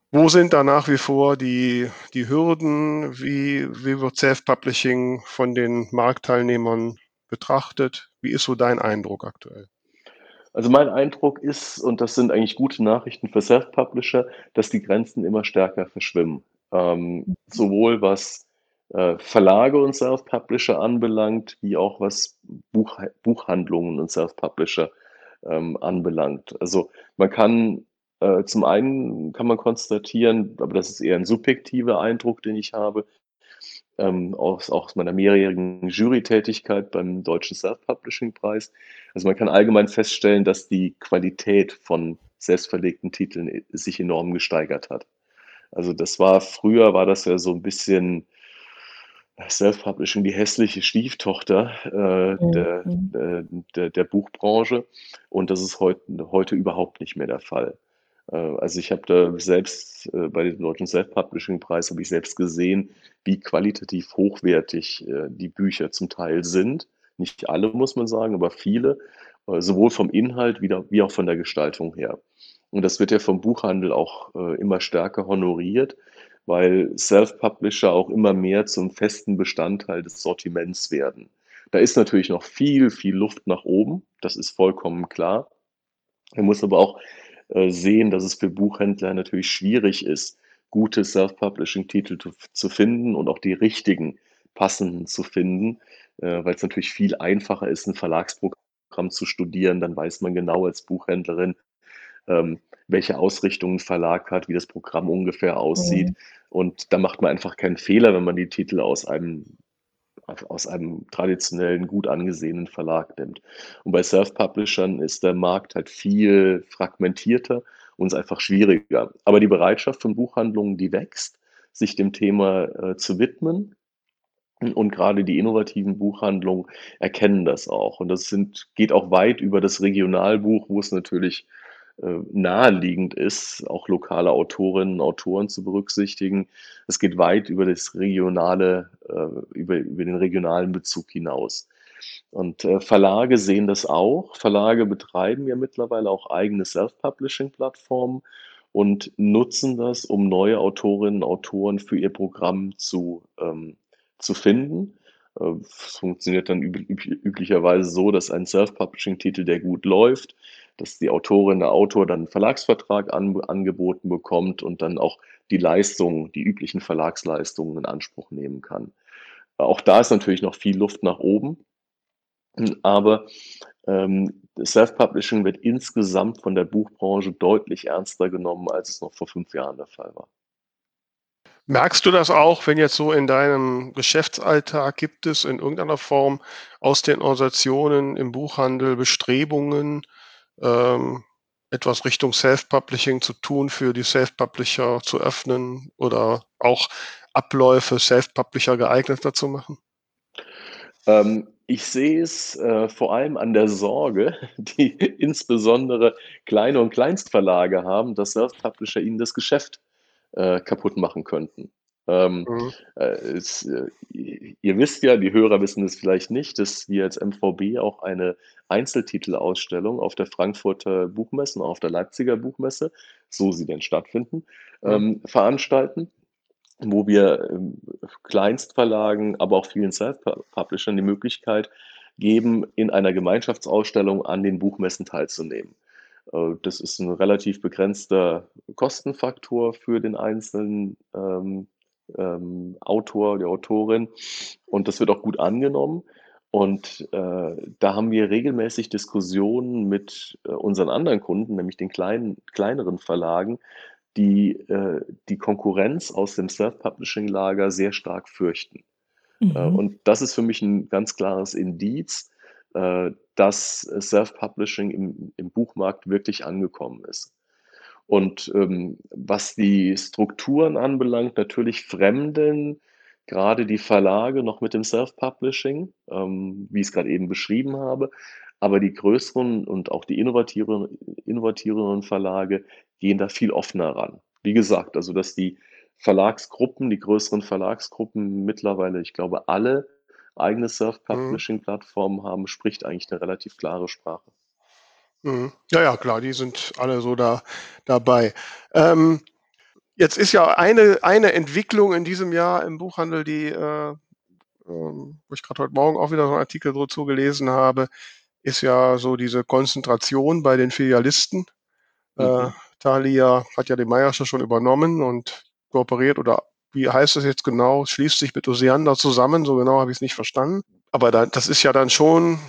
Wo sind da nach wie vor die die Hürden? Wie wie wird Self-Publishing von den Marktteilnehmern betrachtet? Wie ist so dein Eindruck aktuell? Also mein Eindruck ist, und das sind eigentlich gute Nachrichten für Self-Publisher, dass die Grenzen immer stärker verschwimmen. Ähm, sowohl was äh, Verlage und Self-Publisher anbelangt, wie auch was Buch, Buchhandlungen und Self-Publisher ähm, anbelangt. Also man kann äh, zum einen kann man konstatieren, aber das ist eher ein subjektiver Eindruck, den ich habe, ähm, aus, auch aus meiner mehrjährigen Jurytätigkeit beim Deutschen Self-Publishing-Preis. Also man kann allgemein feststellen, dass die Qualität von selbstverlegten Titeln äh, sich enorm gesteigert hat. Also das war früher war das ja so ein bisschen Self-Publishing, die hässliche Stieftochter äh, der, Mhm. der, der, der Buchbranche, und das ist heute, heute überhaupt nicht mehr der Fall. Äh, also ich habe da selbst äh, bei dem Deutschen Self-Publishing-Preis habe ich selbst gesehen, wie qualitativ hochwertig äh, die Bücher zum Teil sind. Nicht alle, muss man sagen, aber viele, äh, sowohl vom Inhalt wie, wie auch von der Gestaltung her. Und das wird ja vom Buchhandel auch äh, immer stärker honoriert, weil Self-Publisher auch immer mehr zum festen Bestandteil des Sortiments werden. Da ist natürlich noch viel, viel Luft nach oben, das ist vollkommen klar. Man muss aber auch äh, sehen, dass es für Buchhändler natürlich schwierig ist, gute Self-Publishing-Titel zu, zu finden und auch die richtigen, passenden zu finden, äh, weil es natürlich viel einfacher ist, ein Verlagsprogramm zu studieren. Dann weiß man genau als Buchhändlerin, ähm, welche Ausrichtung ein Verlag hat, wie das Programm ungefähr aussieht. Mhm. Und da macht man einfach keinen Fehler, wenn man die Titel aus einem, aus einem traditionellen, gut angesehenen Verlag nimmt. Und bei Self-Publishern ist der Markt halt viel fragmentierter und ist einfach schwieriger. Aber die Bereitschaft von Buchhandlungen, die wächst, sich dem Thema äh, zu widmen. Und gerade die innovativen Buchhandlungen erkennen das auch. Und das sind, geht auch weit über das Regionalbuch, wo es natürlich äh, naheliegend ist, auch lokale Autorinnen und Autoren zu berücksichtigen. Es geht weit über das regionale, äh, über, über den regionalen Bezug hinaus. Und äh, Verlage sehen das auch. Verlage betreiben ja mittlerweile auch eigene Self-Publishing-Plattformen und nutzen das, um neue Autorinnen und Autoren für ihr Programm zu, ähm, zu finden. Äh, Es funktioniert dann üb üb üblicherweise so, dass ein Self-Publishing-Titel, der gut läuft, dass die Autorin, der Autor dann einen Verlagsvertrag an, angeboten bekommt und dann auch die Leistungen, die üblichen Verlagsleistungen in Anspruch nehmen kann. Auch da ist natürlich noch viel Luft nach oben, aber ähm, Self-Publishing wird insgesamt von der Buchbranche deutlich ernster genommen, als es noch vor fünf Jahren der Fall war. Merkst du das auch, wenn jetzt so in deinem Geschäftsalltag gibt es in irgendeiner Form aus den Organisationen im Buchhandel Bestrebungen, ähm, etwas Richtung Self-Publishing zu tun, für die Self-Publisher zu öffnen oder auch Abläufe Self-Publisher geeigneter zu machen? Ähm, ich sehe es äh, vor allem an der Sorge, die insbesondere kleine und Kleinstverlage haben, dass Self-Publisher ihnen das Geschäft äh, kaputt machen könnten. Ähm, Mhm. äh, es, äh, ihr wisst ja, die Hörer wissen es vielleicht nicht, dass wir als M V B auch eine Einzeltitelausstellung auf der Frankfurter Buchmesse und auf der Leipziger Buchmesse, so sie denn stattfinden, Mhm. ähm, veranstalten, wo wir ähm, Kleinstverlagen, aber auch vielen Self-Publishern die Möglichkeit geben, in einer Gemeinschaftsausstellung an den Buchmessen teilzunehmen. Äh, Das ist ein relativ begrenzter Kostenfaktor für den einzelnen ähm, ähm, Autor, die Autorin, und das wird auch gut angenommen. Und äh, da haben wir regelmäßig Diskussionen mit äh, unseren anderen Kunden, nämlich den kleinen, kleineren Verlagen, die äh, die Konkurrenz aus dem Self-Publishing-Lager sehr stark fürchten. Äh, Mhm. und das ist für mich ein ganz klares Indiz, äh, dass Self-Publishing im, im Buchmarkt wirklich angekommen ist. Und ähm, was die Strukturen anbelangt, natürlich fremdeln gerade die Verlage noch mit dem Self-Publishing, ähm, wie ich es gerade eben beschrieben habe. Aber die größeren und auch die innovativeren, innovativeren Verlage gehen da viel offener ran. Wie gesagt, also dass die Verlagsgruppen, die größeren Verlagsgruppen mittlerweile, ich glaube, alle eigene Mhm. Self-Publishing-Plattformen haben, spricht eigentlich eine relativ klare Sprache. Mhm. Ja, ja, klar, die sind alle so da dabei. Ähm Jetzt ist ja eine eine Entwicklung in diesem Jahr im Buchhandel, die, äh, ähm wo ich grad heute Morgen auch wieder so 'n Artikel dazu gelesen habe, ist ja so diese Konzentration bei den Filialisten. Äh, Mhm. Thalia hat ja die Mayrsche schon übernommen und kooperiert oder wie heißt das jetzt genau? Schließt sich mit Osiander zusammen, so genau habe ich's nicht verstanden. Aber da das ist ja dann schon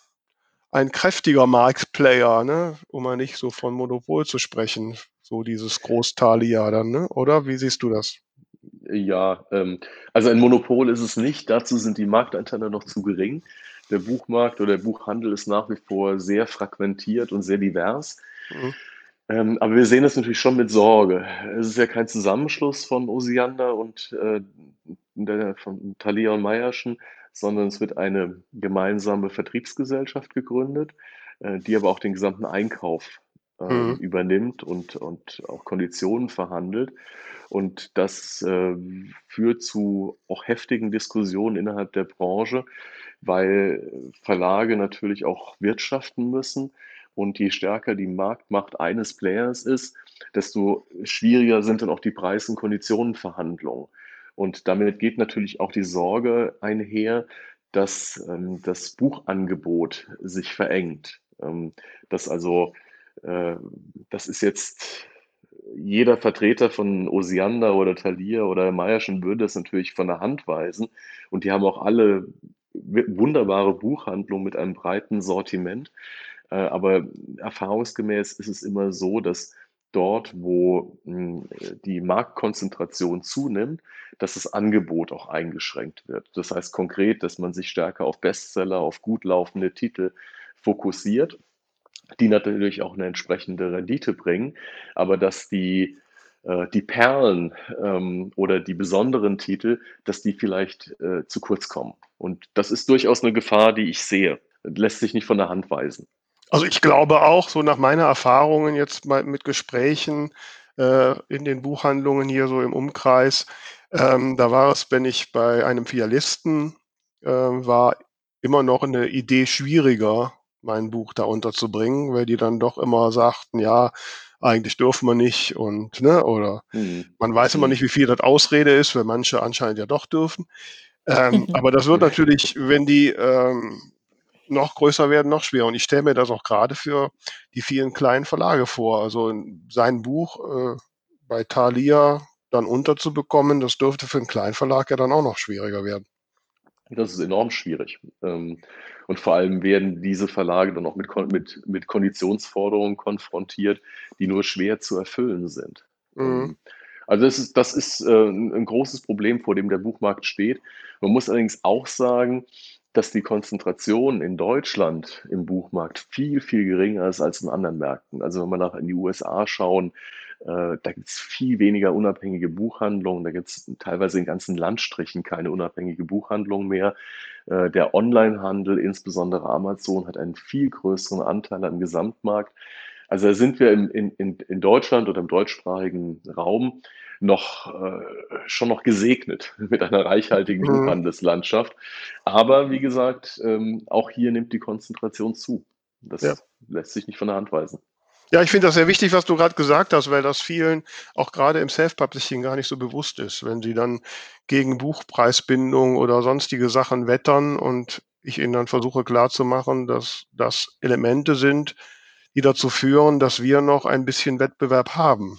ein kräftiger Marktplayer, ne, um mal nicht so von Monopol zu sprechen, so dieses Groß-Thalia dann, ne? Oder wie siehst du das? Ja, ähm, also ein Monopol ist es nicht. Dazu sind die Marktanteile noch zu gering. Der Buchmarkt oder der Buchhandel ist nach wie vor sehr fragmentiert und sehr divers. Mhm. Ähm, aber wir sehen das natürlich schon mit Sorge. Es ist ja kein Zusammenschluss von Osiander und äh, der, von Thalia und Mayerschen, sondern es wird eine gemeinsame Vertriebsgesellschaft gegründet, äh, die aber auch den gesamten Einkauf ähm, Mhm. übernimmt und, und auch Konditionen verhandelt. Und das äh, führt zu auch heftigen Diskussionen innerhalb der Branche, weil Verlage natürlich auch wirtschaften müssen. Und je stärker die Marktmacht eines Players ist, desto schwieriger sind dann auch die Preis- und Konditionenverhandlungen. Und damit geht natürlich auch die Sorge einher, dass ähm, das Buchangebot sich verengt. Ähm, dass also, äh, das ist jetzt jeder Vertreter von Osiander oder Thalia oder Mayerschen würde das natürlich von der Hand weisen. Und die haben auch alle wi- wunderbare Buchhandlungen mit einem breiten Sortiment. Äh, aber erfahrungsgemäß ist es immer so, dass dort, wo mh, die Marktkonzentration zunimmt, dass das Angebot auch eingeschränkt wird. Das heißt konkret, dass man sich stärker auf Bestseller, auf gut laufende Titel fokussiert, die natürlich auch eine entsprechende Rendite bringen, aber dass die, äh, die Perlen ähm, oder die besonderen Titel, dass die vielleicht äh, zu kurz kommen. Und das ist durchaus eine Gefahr, die ich sehe. Lässt sich nicht von der Hand weisen. Also, ich glaube auch, so nach meiner Erfahrungen jetzt mal mit Gesprächen, äh, in den Buchhandlungen hier so im Umkreis, ähm, da war es, wenn ich bei einem Filialisten, äh, war, immer noch 'ne Idee schwieriger, mein Buch da unterzubringen, weil die dann doch immer sagten: „Ja, eigentlich dürfen wir nicht“ und ne, oder Mhm. man weiß immer Mhm. nicht, wie viel das Ausrede ist, weil manche anscheinend ja doch dürfen. Ähm, aber das wird natürlich, wenn die, ähm, noch größer werden, noch schwerer. Und ich stelle mir das auch grade für die vielen kleinen Verlage vor. Also, 'n sein Buch, äh, bei Thalia dann unterzubekommen, das dürfte für 'n Kleinverlag ja dann auch noch schwieriger werden. Das ist enorm schwierig. Ähm, und vor allem werden diese Verlage dann auch mit Kon mit mit Konditionsforderungen konfrontiert, die nur schwer zu erfüllen sind. Mhm. Ähm, also das ist das ist, äh, 'n 'n großes Problem, vor dem der Buchmarkt steht. Man muss allerdings auch sagen, dass die Konzentration in Deutschland im Buchmarkt viel, viel geringer ist als in anderen Märkten. Also, wenn wir nach in die U S A schauen, äh, da gibt's viel weniger unabhängige Buchhandlungen. Da gibt's teilweise in ganzen Landstrichen keine unabhängige Buchhandlung mehr. Äh, der Onlinehandel, insbesondere Amazon, hat einen viel größeren Anteil am Gesamtmarkt. Also da sind wir in, in, in in Deutschland oder im deutschsprachigen Raum noch äh, schon noch gesegnet mit einer reichhaltigen Mhm. Buchhandelslandschaft. Aber wie gesagt, ähm, auch hier nimmt die Konzentration zu. Ja. Das lässt sich nicht von der Hand weisen. Ja, ich finde das sehr wichtig, was du grad gesagt hast, weil das vielen auch grade im Self-Publishing gar nicht so bewusst ist. Wenn sie dann gegen Buchpreisbindung oder sonstige Sachen wettern und ich ihnen dann versuche klarzumachen, dass das Elemente sind, die dazu führen, dass wir noch ein bisschen Wettbewerb haben.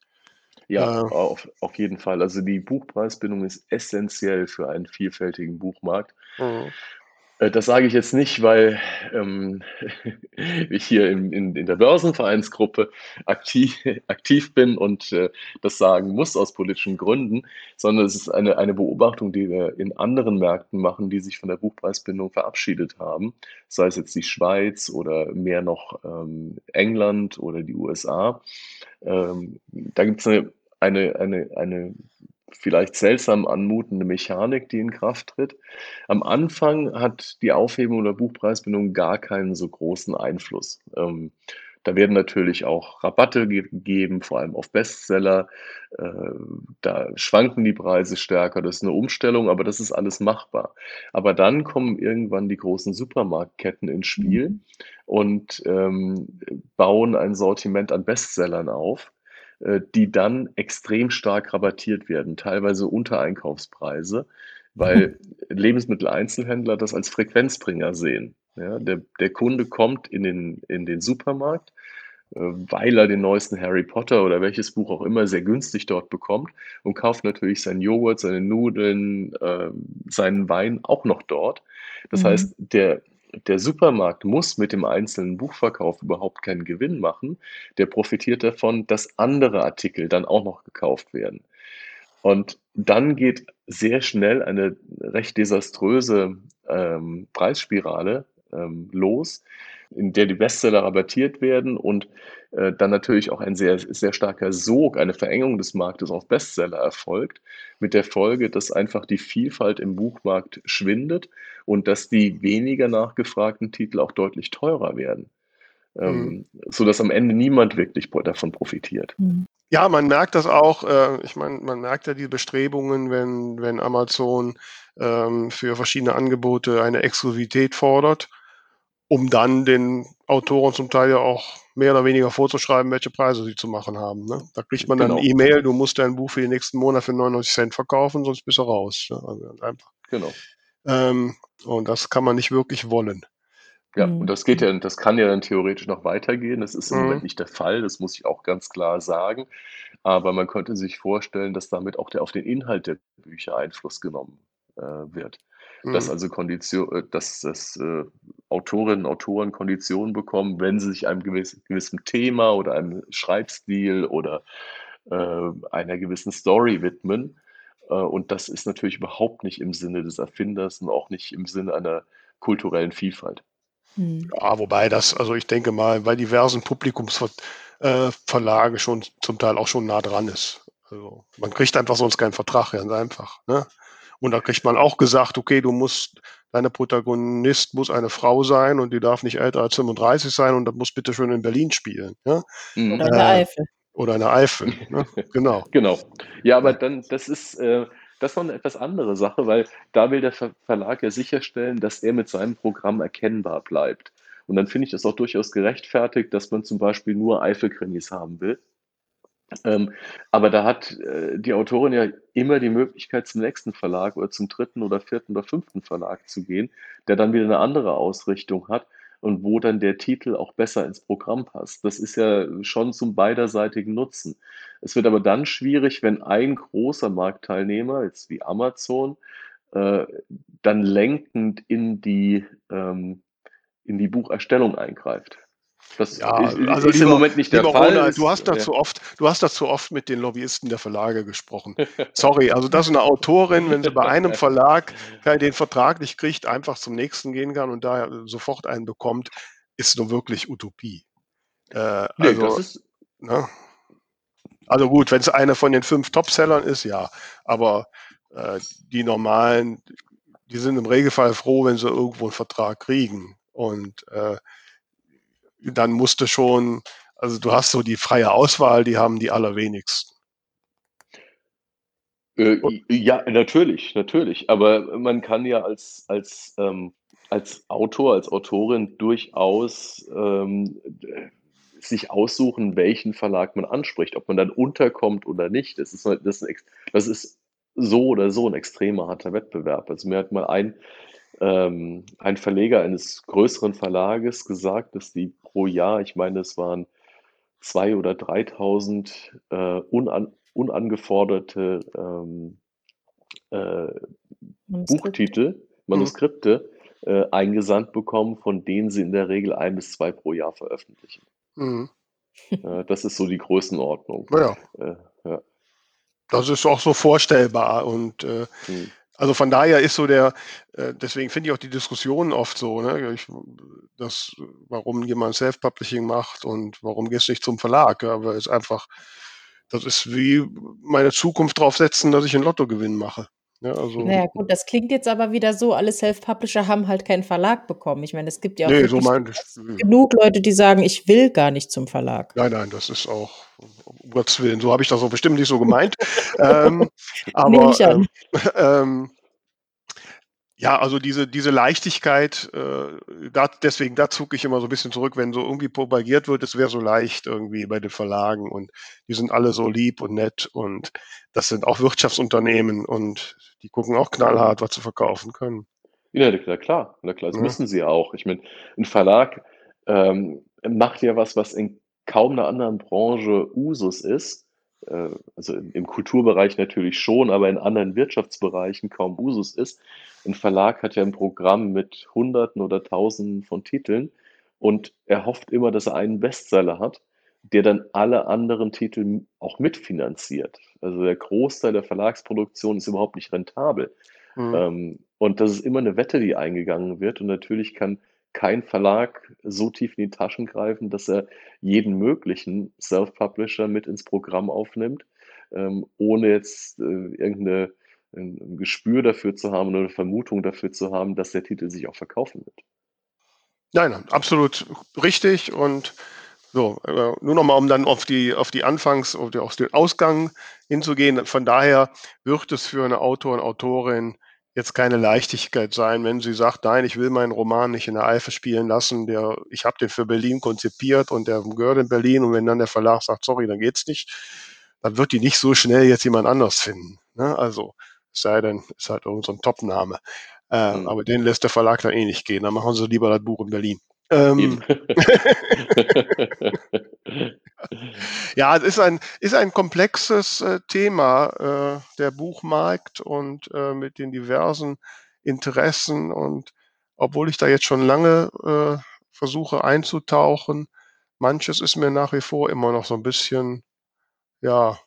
Ja, Äh, auf auf jeden Fall. Also, die Buchpreisbindung ist essenziell für einen vielfältigen Buchmarkt. mhm. Äh, das sage ich jetzt nicht, weil, ähm, ich hier in in in der Börsenvereinsgruppe aktiv aktiv bin und, äh, das sagen muss aus politischen Gründen, sondern es ist eine eine Beobachtung, die wir in anderen Märkten machen, die sich von der Buchpreisbindung verabschiedet haben, sei es jetzt die Schweiz oder mehr noch, ähm, England oder die U S A. Ähm, da gibt's 'ne eine eine eine vielleicht seltsam anmutende Mechanik, die in Kraft tritt. Am Anfang hat die Aufhebung der Buchpreisbindung gar keinen so großen Einfluss. Ähm, da werden natürlich auch Rabatte ge gegeben, vor allem auf Bestseller. Äh, da schwanken die Preise stärker. Das ist 'ne Umstellung, aber das ist alles machbar. Aber dann kommen irgendwann die großen Supermarktketten ins Spiel Mhm. und, ähm, bauen ein Sortiment an Bestsellern auf, äh, die dann extrem stark rabattiert werden, teilweise unter Einkaufspreise, weil Lebensmitteleinzelhändler das als Frequenzbringer sehen. Ja, der, der Kunde kommt in den, in den Supermarkt, äh, weil er den neuesten Harry Potter oder welches Buch auch immer sehr günstig dort bekommt und kauft natürlich seinen Joghurt, seine Nudeln, äh, seinen Wein auch noch dort. Das Mhm. heißt, der, der Supermarkt muss mit dem einzelnen Buchverkauf überhaupt keinen Gewinn machen. Der profitiert davon, dass andere Artikel dann auch noch gekauft werden. Und dann geht sehr schnell eine recht desaströse ähm, Preisspirale ähm, los, in der die Bestseller rabattiert werden und äh, dann natürlich auch ein sehr, sehr starker Sog, eine Verengung des Marktes auf Bestseller erfolgt, mit der Folge, dass einfach die Vielfalt im Buchmarkt schwindet und dass die weniger nachgefragten Titel auch deutlich teurer werden, Mhm. ähm, sodass am Ende niemand wirklich davon profitiert. Mhm. Ja, man merkt das auch. Äh, ich meine, man merkt ja die Bestrebungen, wenn, wenn Amazon ähm, für verschiedene Angebote eine Exklusivität fordert, um dann den Autoren zum Teil ja auch mehr oder weniger vorzuschreiben, welche Preise sie zu machen haben. Ne? Da kriegt man dann eine Genau, E-Mail, du musst dein Buch für den nächsten Monat für neunundneunzig Cent verkaufen, sonst bist du raus. Ne? Also ganz einfach. genau. Ähm, und das kann man nicht wirklich wollen. Ja, und Mhm. das geht ja, das kann ja dann theoretisch noch weitergehen. Das ist im Mhm. Moment nicht der Fall, das muss ich auch ganz klar sagen. Aber man könnte sich vorstellen, dass damit auch der, auf den Inhalt der Bücher Einfluss genommen äh, wird. Dass Mhm. also Kondition, äh, dass, dass äh, Autorinnen und Autoren Konditionen bekommen, wenn sie sich einem gewissen, gewissen Thema oder einem Schreibstil oder äh, einer gewissen Story widmen. Äh, und das ist natürlich überhaupt nicht im Sinne des Erfinders und auch nicht im Sinne einer kulturellen Vielfalt. Mhm. Ja, wobei das, also ich denke mal, bei diversen Publikumsverlage äh, Verlage schon zum Teil auch schon nah dran ist. Also man kriegt einfach sonst keinen Vertrag, ganz einfach. Ne? Und da kriegt man auch gesagt, okay, du musst, deine Protagonist muss eine Frau sein und die darf nicht älter als fünfunddreißig sein und das muss bitte schön in Berlin spielen. Ja? Oder Mhm. in der Äh, Eifel. oder in der Eifel. Ne? Genau. Genau. Ja, aber Ja. dann, das ist, äh, das ist noch eine etwas andere Sache, weil da will der Ver Verlag ja sicherstellen, dass er mit seinem Programm erkennbar bleibt. Und dann finde ich das auch durchaus gerechtfertigt, dass man zum Beispiel nur Eifel-Krimis haben will. Ähm, aber da hat äh, die Autorin ja immer die Möglichkeit, zum nächsten Verlag oder zum dritten oder vierten oder fünften Verlag zu gehen, der dann wieder eine andere Ausrichtung hat und wo dann der Titel auch besser ins Programm passt. Das ist ja schon zum beiderseitigen Nutzen. Es wird aber dann schwierig, wenn ein großer Marktteilnehmer, jetzt wie Amazon, äh, dann lenkend in die, ähm, in die Bucherstellung eingreift. Das Ja, ist, also ist im lieber, Moment nicht der lieber Fall. Ronald, du Ist, hast ja. dazu oft, du hast dazu oft mit den Lobbyisten der Verlage gesprochen. Sorry, also dass eine Autorin, wenn sie bei einem Verlag den Vertrag nicht kriegt, einfach zum nächsten gehen kann und da sofort einen bekommt, ist nur wirklich Utopie. Äh, Nee, das also, ist, ne? Also gut, wenn es einer von den fünf Topsellern ist, ja. Aber äh, die normalen, die sind im Regelfall froh, wenn sie irgendwo einen Vertrag kriegen. Und äh, dann musst du schon, also du hast so die freie Auswahl, die haben die allerwenigsten. Äh, ja, natürlich, natürlich. Aber man kann ja als, als, ähm, als Autor, als Autorin durchaus ähm, sich aussuchen, welchen Verlag man anspricht, ob man dann unterkommt oder nicht. Das ist, das ist, ein, das ist so oder so ein extremer harter Wettbewerb. Also mir hat mal ein, ähm, ein Verleger eines größeren Verlages gesagt, dass die pro Jahr, ich meine, es waren zweitausend oder dreitausend äh, unan, unangeforderte ähm, äh, Manuskript. Buchtitel, Hm, Manuskripte äh, eingesandt bekommen, von denen sie in der Regel ein bis zwei pro Jahr veröffentlichen. hm. Äh, das ist so die Größenordnung. Naja, Äh, ja. das ist auch so vorstellbar. Und äh, Hm. also von daher ist so der, äh, deswegen finde ich auch die Diskussionen oft so, ne, ich, das, warum jemand Self-Publishing macht und warum gehst du nicht zum Verlag? Ja, weil es einfach, das ist wie meine Zukunft drauf setzen, dass ich einen Lottogewinn mache. Ja, also, Naja, gut, das klingt jetzt aber wieder so, alle Self-Publisher haben halt keinen Verlag bekommen. Ich meine, es gibt ja auch nee, so wirklich meinte ich. genug Leute, die sagen, ich will gar nicht zum Verlag. Nein, nein, das ist auch, um Gottes Willen, so habe ich das auch bestimmt nicht so gemeint. ähm, Nehme aber ich an. ähm, ähm, Ja, also diese diese Leichtigkeit, äh, da deswegen, da zucke ich immer so ein bisschen zurück, wenn so irgendwie propagiert wird, es wäre so leicht irgendwie bei den Verlagen und die sind alle so lieb und nett und das sind auch Wirtschaftsunternehmen und die gucken auch knallhart, was sie verkaufen können, Ja, na klar, na klar, das ne? müssen sie ja auch. Ich meine, 'n Verlag, ähm, macht ja was, was in kaum 'ner anderen Branche Usus ist. Äh, also im im Kulturbereich natürlich schon, aber in anderen Wirtschaftsbereichen kaum Usus ist. 'N Verlag hat ja 'n Programm mit Hunderten oder Tausenden von Titeln und er hofft immer, dass er einen Bestseller hat, der dann alle anderen Titel m auch mitfinanziert. Also, der Großteil der Verlagsproduktion ist überhaupt nicht rentabel. Mhm. Ähm, und das ist immer 'ne Wette, die eingegangen wird und natürlich kann kein Verlag so tief in die Taschen greifen, dass er jeden möglichen Self-Publisher mit ins Programm aufnimmt, ähm, ohne jetzt, äh, irgend 'ne 'n 'n Gespür dafür zu haben oder 'ne Vermutung dafür zu haben, dass der Titel sich auch verkaufen wird. Nein, nein, absolut richtig und so, äh, nur noch mal, um dann auf die auf die Anfangs oder auf den Ausgang hinzugehen. Von daher wird es für 'ne Autor und Autorin jetzt keine Leichtigkeit sein, wenn sie sagt: „Nein, ich will meinen Roman nicht in der Eifel spielen lassen. Der ich habe den für Berlin konzipiert und der gehört in Berlin.“ Und wenn dann der Verlag sagt: „Sorry, dann geht's nicht“, dann wird die nicht so schnell jetzt jemand anders finden, ne? Also, es sei denn, ist halt irgend so 'n Top-Name. Äh, Mhm. aber den lässt der Verlag dann eh nicht gehen. Dann machen sie lieber das Buch in Berlin. Eben. Ähm. Ja, es ist ein ist ein komplexes, äh, Thema, äh, der Buchmarkt und, äh, mit den diversen Interessen und obwohl ich da jetzt schon lange, äh, versuche einzutauchen, manches ist mir nach wie vor immer noch so 'n bisschen, ja,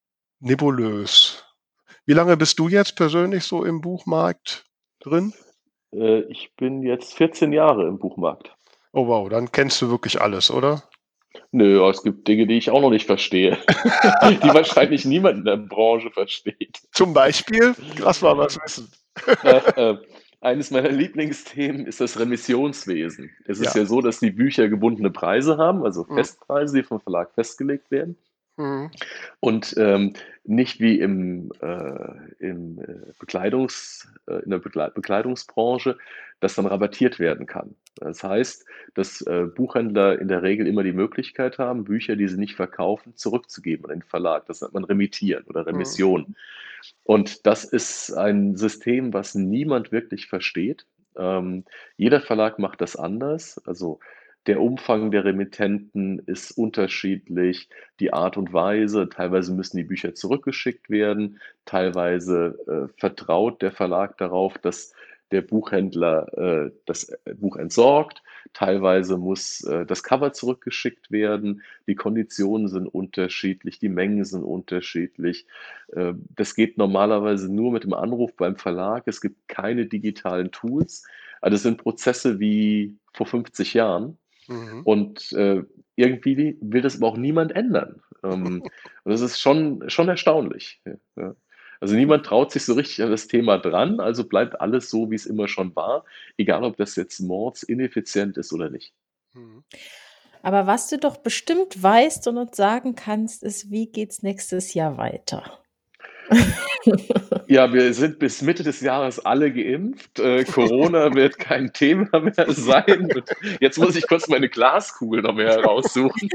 nebulös. Wie lange bist du jetzt persönlich so im Buchmarkt drin? Äh, ich bin jetzt vierzehn Jahre im Buchmarkt. Oh wow, dann kennst du wirklich alles, oder? Nö, aber es gibt Dinge, die ich auch noch nicht verstehe, die wahrscheinlich niemand in der Branche versteht. Zum Beispiel? Lass mal was wissen. Ach, äh, eines meiner Lieblingsthemen ist das Remissionswesen. Es ist Ja. ja so, dass die Bücher gebundene Preise haben, also Mhm. Festpreise, die vom Verlag festgelegt werden. Mhm. Und, ähm, nicht wie im, äh im, äh, Bekleidungs äh, in der Beklei Bekleidungsbranche, das dann rabattiert werden kann. Das heißt, dass, äh, Buchhändler in der Regel immer die Möglichkeit haben, Bücher, die sie nicht verkaufen, zurückzugeben an den Verlag. Das nennt man Remittieren oder Mhm. Remission. Und das ist ein System, was niemand wirklich versteht. Ähm, jeder Verlag macht das anders. Also, der Umfang der Remittenten ist unterschiedlich, die Art und Weise. Teilweise müssen die Bücher zurückgeschickt werden, teilweise, äh, vertraut der Verlag darauf, dass der Buchhändler, äh, das, äh, Buch entsorgt. Teilweise muss, äh, das Cover zurückgeschickt werden. Die Konditionen sind unterschiedlich, die Mengen sind unterschiedlich. Äh, das geht normalerweise nur mit dem Anruf beim Verlag. Es gibt keine digitalen Tools. Also, das sind Prozesse wie vor fünfzig Jahren Mhm. und, äh, irgendwie will das aber auch niemand ändern. Ähm, und das ist schon schon erstaunlich, ja, ja. Also, niemand traut sich so richtig an das Thema dran, also bleibt alles so, wie's immer schon war, egal ob das jetzt mordsineffizient ist oder nicht. Mhm. Aber was du doch bestimmt weißt und uns sagen kannst, ist: Wie geht's nächstes Jahr weiter? Ja, wir sind bis Mitte des Jahres alle geimpft. Äh, Corona wird kein Thema mehr sein. Und jetzt muss ich kurz meine Glaskugel noch mal heraussuchen.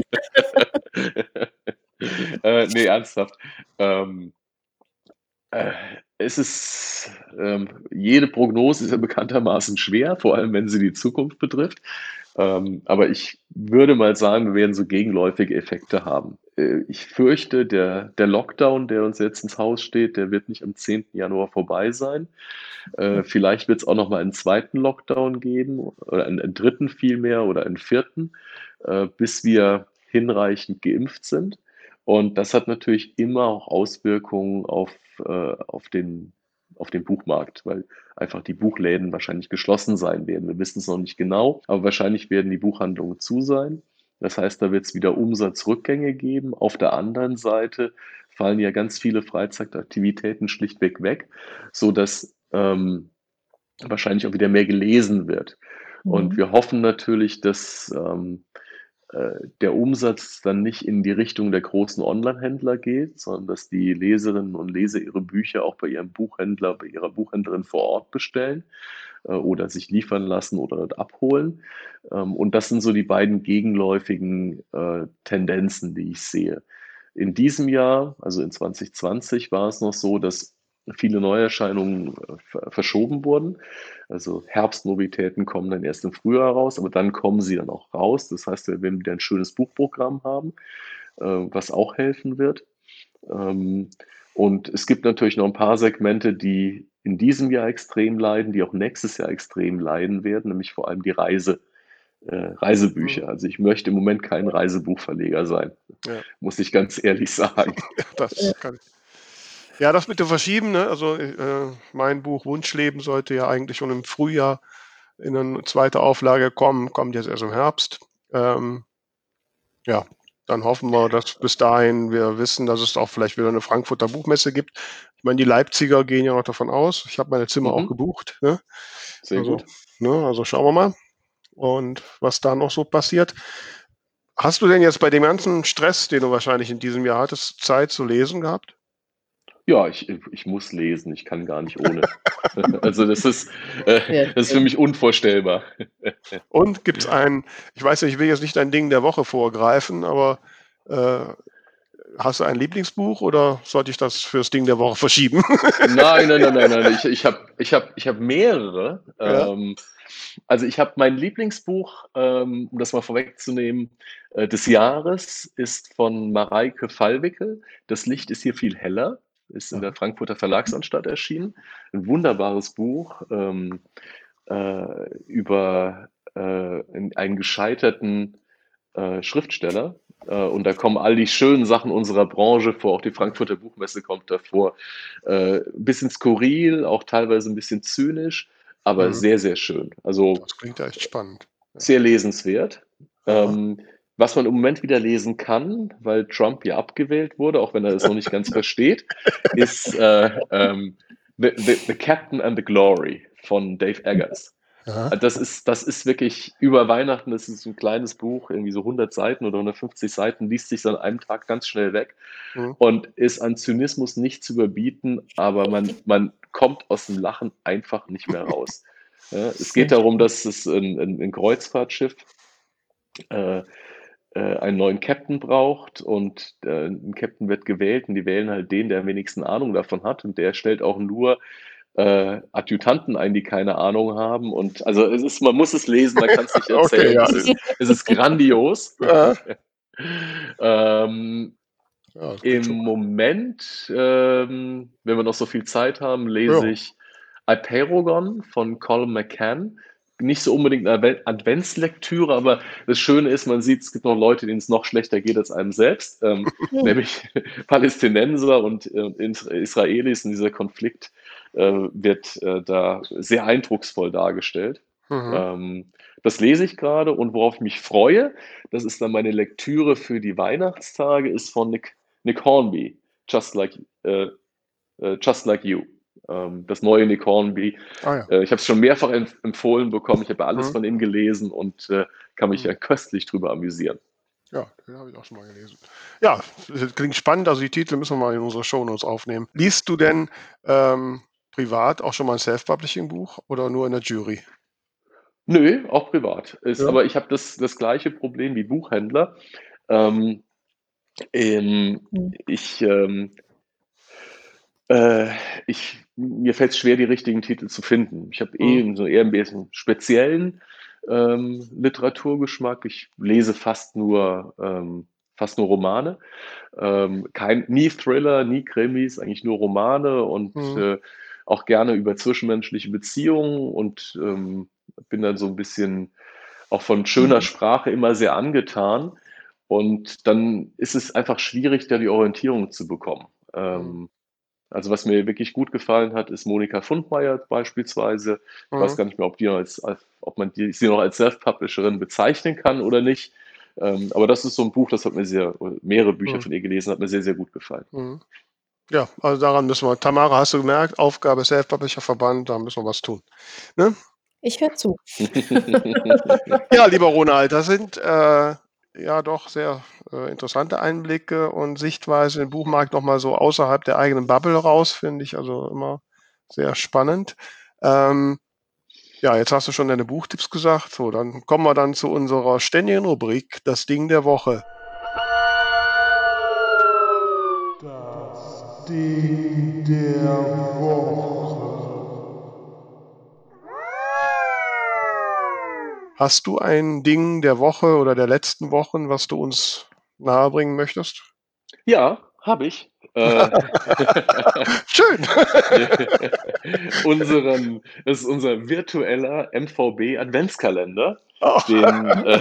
Äh, ne, ernsthaft. Ähm äh, es ist ähm, jede Prognose ist ja bekanntermaßen schwer, vor allem wenn sie die Zukunft betrifft. Ähm, aber ich würde mal sagen, wir werden so gegenläufige Effekte haben. Äh, ich fürchte, der der Lockdown, der uns jetzt ins Haus steht, der wird nicht am zehnten Januar vorbei sein. Äh, vielleicht wird's auch noch mal einen zweiten Lockdown geben oder einen einen dritten vielmehr oder einen vierten, äh, bis wir hinreichend geimpft sind. Und das hat natürlich immer auch Auswirkungen auf äh, auf den auf den Buchmarkt, weil einfach die Buchläden wahrscheinlich geschlossen sein werden. Wir wissen's noch nicht genau, aber wahrscheinlich werden die Buchhandlungen zu sein. Das heißt, da wird's wieder Umsatzrückgänge geben. Auf der anderen Seite fallen ja ganz viele Freizeitaktivitäten schlichtweg weg, sodass, ähm, wahrscheinlich auch wieder mehr gelesen wird. Und Mhm. wir hoffen natürlich, dass, ähm, äh, der Umsatz dann nicht in die Richtung der großen Online-Händler geht, sondern dass die Leserinnen und Leser ihre Bücher auch bei ihrem Buchhändler, bei ihrer Buchhändlerin vor Ort bestellen äh, oder sich liefern lassen oder dort abholen. Ähm, und das sind so die beiden gegenläufigen äh, Tendenzen, die ich sehe. In diesem Jahr, also in zwanzig zwanzig, war es noch so, dass viele Neuerscheinungen äh, ver- verschoben wurden. Also Herbstnovitäten kommen dann erst im Frühjahr raus, aber dann kommen sie dann auch raus. Das heißt, wir werden wieder ein schönes Buchprogramm haben, äh, was auch helfen wird. Ähm, und es gibt natürlich noch ein paar Segmente, die in diesem Jahr extrem leiden, die auch nächstes Jahr extrem leiden werden, nämlich vor allem die Reise, äh, Reisebücher. Mhm. Also ich möchte im Moment kein Reisebuchverleger sein, Ja, muss ich ganz ehrlich sagen. das kann ich. Ja, das mit dem Verschieben, ne? Also äh, mein Buch Wunschleben sollte ja eigentlich schon im Frühjahr in eine zweite Auflage kommen, kommt jetzt erst im Herbst. Ähm, ja, dann hoffen wir, dass bis dahin wir wissen, dass es auch vielleicht wieder eine Frankfurter Buchmesse gibt. Ich meine, die Leipziger gehen ja noch davon aus. Ich habe meine Zimmer auch Mhm, gebucht. Ne? sehr Also, gut. ne, also schauen wir mal. Und was da noch so passiert. Hast du denn jetzt bei dem ganzen Stress, den du wahrscheinlich in diesem Jahr hattest, Zeit zu lesen gehabt? Ja, ich, ich muss lesen, ich kann gar nicht ohne. Also das ist, äh, Sehr das ist für schön. mich unvorstellbar. Und gibt es ein, ich weiß nicht, ich will jetzt nicht dein Ding der Woche vorgreifen, aber äh, hast du ein Lieblingsbuch oder sollte ich das fürs Ding der Woche verschieben? Nein, nein, nein, nein, nein. Ich, ich habe ich hab, ich hab mehrere. Ja. Ähm, also ich habe mein Lieblingsbuch, ähm, um das mal vorwegzunehmen, äh, des Jahres ist von Mareike Fallwickel. Das Licht ist hier viel heller. Ist in der Aha. Frankfurter Verlagsanstalt erschienen. Ein wunderbares Buch ähm, äh, über äh, einen gescheiterten äh, Schriftsteller. Äh, und da kommen all die schönen Sachen unserer Branche vor. Auch die Frankfurter Buchmesse kommt davor. Äh, ein bisschen skurril, auch teilweise ein bisschen zynisch, aber Mhm. sehr, sehr schön. Also Das klingt ja echt spannend. Ja. sehr lesenswert. Aha. Ähm, was man im Moment wieder lesen kann, weil Trump ja abgewählt wurde, auch wenn er es noch nicht ganz versteht, ist äh, ähm, the, the, the Captain and the Glory von Dave Eggers. Aha. Das ist, das ist wirklich über Weihnachten, das ist ein kleines Buch, irgendwie so hundert Seiten oder hundertfünfzig Seiten, liest sich an einem Tag ganz schnell weg Mhm. und ist an Zynismus nicht zu überbieten, aber man, man kommt aus dem Lachen einfach nicht mehr raus. Ja, es geht darum, dass es ein, ein, ein Kreuzfahrtschiff äh, äh, einen neuen Captain braucht und äh, ein Captain wird gewählt und die wählen halt den, der am wenigsten Ahnung davon hat und der stellt auch nur äh, Adjutanten ein, die keine Ahnung haben und also es ist, man muss es lesen, man kann es nicht Okay, erzählen, ja. es ist, es ist grandios. Ja. ähm, Ja, das klingt Im schon mal. Moment, ähm, wenn wir noch so viel Zeit haben, lese Ja. ich Hyperogon von Colin McCann. Nicht so unbedingt eine Adve- Adventslektüre, aber das Schöne ist, man sieht, es gibt noch Leute, denen es noch schlechter geht als einem selbst, ähm, Hm. nämlich Palästinenser und äh, Is- Israelis. Und dieser Konflikt äh, wird äh, da sehr eindrucksvoll dargestellt. Mhm. Ähm, das lese ich gerade und worauf ich mich freue, das ist dann meine Lektüre für die Weihnachtstage, ist von Nick, Nick Hornby, Just Like, äh, äh, Just Like You. Ähm, das neue Nick Hornby. Ah ja. Äh, ich habe es schon mehrfach empf empfohlen bekommen, ich habe alles Mhm. von ihm gelesen und äh, kann mich Mhm. ja köstlich drüber amüsieren. Ja, den habe ich auch schon mal gelesen. Ja, das klingt spannend. Also die Titel müssen wir mal in unsere Shownotes aufnehmen. Liest du denn ähm, privat auch schon mal ein Self-Publishing-Buch oder nur in der Jury? Nö, auch privat. Ist, Ja. aber ich habe das, das gleiche Problem wie Buchhändler. Ähm, ähm, Hm. ich, ähm, äh, ich, mir fällt es schwer, die richtigen Titel zu finden. Ich habe eh Mhm. so eher ein bisschen speziellen ähm, Literaturgeschmack. Ich lese fast nur, ähm, fast nur Romane. Ähm, kein, nie Thriller, nie Krimis, eigentlich nur Romane und Mhm. äh, auch gerne über zwischenmenschliche Beziehungen und ähm, bin dann so ein bisschen auch von schöner Hm. Sprache immer sehr angetan. Und dann ist es einfach schwierig, da die Orientierung zu bekommen. Mhm. Ähm, also was mir wirklich gut gefallen hat, ist Monika Fundmeier beispielsweise. Ich weiß Mhm. gar nicht mehr, ob, die noch als, als, ob man die, sie noch als Self-Publisherin bezeichnen kann oder nicht. Ähm, aber das ist so ein Buch, das hat mir sehr, mehrere Bücher Mhm. von ihr gelesen, hat mir sehr, sehr gut gefallen. Mhm. Ja, also daran müssen wir. Tamara, hast du gemerkt, Aufgabe Self-Publisher-Verband, da müssen wir was tun. Ne? Ich höre zu. Ja, lieber Ronald, das sind äh, ja doch sehr äh, interessante Einblicke und Sichtweise in den Buchmarkt noch mal so außerhalb der eigenen Bubble raus, finde ich also immer sehr spannend. Ähm, ja, jetzt hast du schon deine Buchtipps gesagt. So, dann kommen wir dann zu unserer ständigen Rubrik, das Ding der Woche. Das Ding der Woche. Hast du ein Ding der Woche oder der letzten Wochen, was du uns nahebringen möchtest? Ja, habe ich. Äh, Schön. unseren, das ist unser virtueller M V B Adventskalender, Oh. den, äh,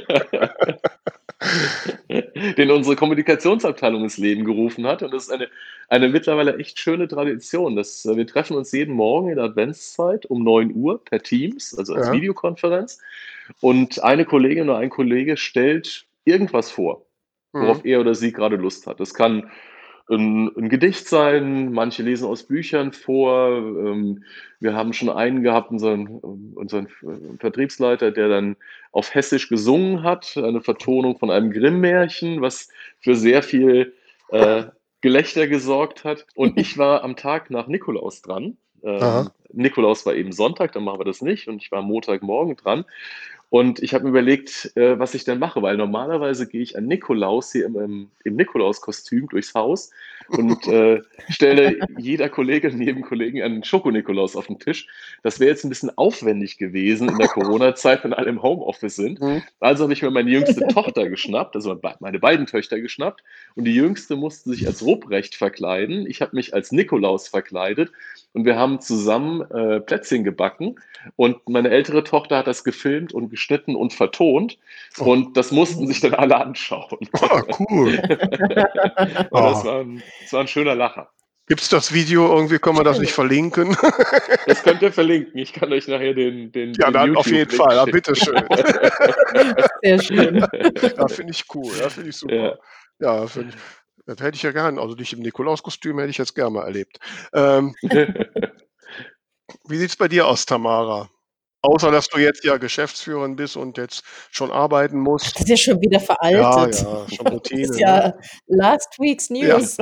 den unsere Kommunikationsabteilung ins Leben gerufen hat. Und das ist eine, eine mittlerweile echt schöne Tradition. Das, äh, wir treffen uns jeden Morgen in der Adventszeit um neun Uhr per Teams, also als Ja. Videokonferenz. Und eine Kollegin oder ein Kollege stellt irgendwas vor, worauf Mhm. er oder sie gerade Lust hat. Das kann ein, ein Gedicht sein, manche lesen aus Büchern vor. Ähm, wir haben schon einen gehabt, unseren, unseren Vertriebsleiter, der dann auf Hessisch gesungen hat, eine Vertonung von einem Grimm-Märchen, was für sehr viel äh, Gelächter gesorgt hat. Und ich war am Tag nach Nikolaus dran. Aha. Ähm, Nikolaus war eben Sonntag, dann machen wir das nicht. Und ich war Montagmorgen dran. Und ich habe mir überlegt, äh, was ich denn mache, weil normalerweise gehe ich an Nikolaus hier im, im, im Nikolaus-Kostüm durchs Haus und äh, stelle jeder Kollegin, jedem Kollegen einen Schoko-Nikolaus auf den Tisch. Das wäre jetzt ein bisschen aufwendig gewesen in der Corona-Zeit, wenn alle im Homeoffice sind. Mhm. Also habe ich mir meine jüngste Tochter geschnappt, also meine beiden Töchter geschnappt. Und die jüngste musste sich als Ruprecht verkleiden. Ich habe mich als Nikolaus verkleidet und wir haben zusammen äh, Plätzchen gebacken. Und meine ältere Tochter hat das gefilmt und geschnitten und vertont. Oh. Und das mussten sich dann alle anschauen. Oh, cool. Und Oh. das war ein, das war ein schöner Lacher. Gibt's das Video irgendwie? Können wir das nicht verlinken? Das könnt ihr verlinken. Ich kann euch nachher den, den, Ja, den dann auf jeden YouTube-Link Fall. Ja, schicken. bitteschön. Sehr schön. Ja, finde ich cool. Ja, finde ich super. Ja. Ja, finde ich. Das hätte ich ja gern. Also dich im Nikolauskostüm hätte ich jetzt gerne mal erlebt. Ähm, wie sieht's bei dir aus, Tamara? Außer dass du jetzt ja Geschäftsführerin bist und jetzt schon arbeiten Ach, musst. das ist ja schon wieder Ja, veraltet. ja, schon Das Routine, ist ne? ja last week's Ja. News.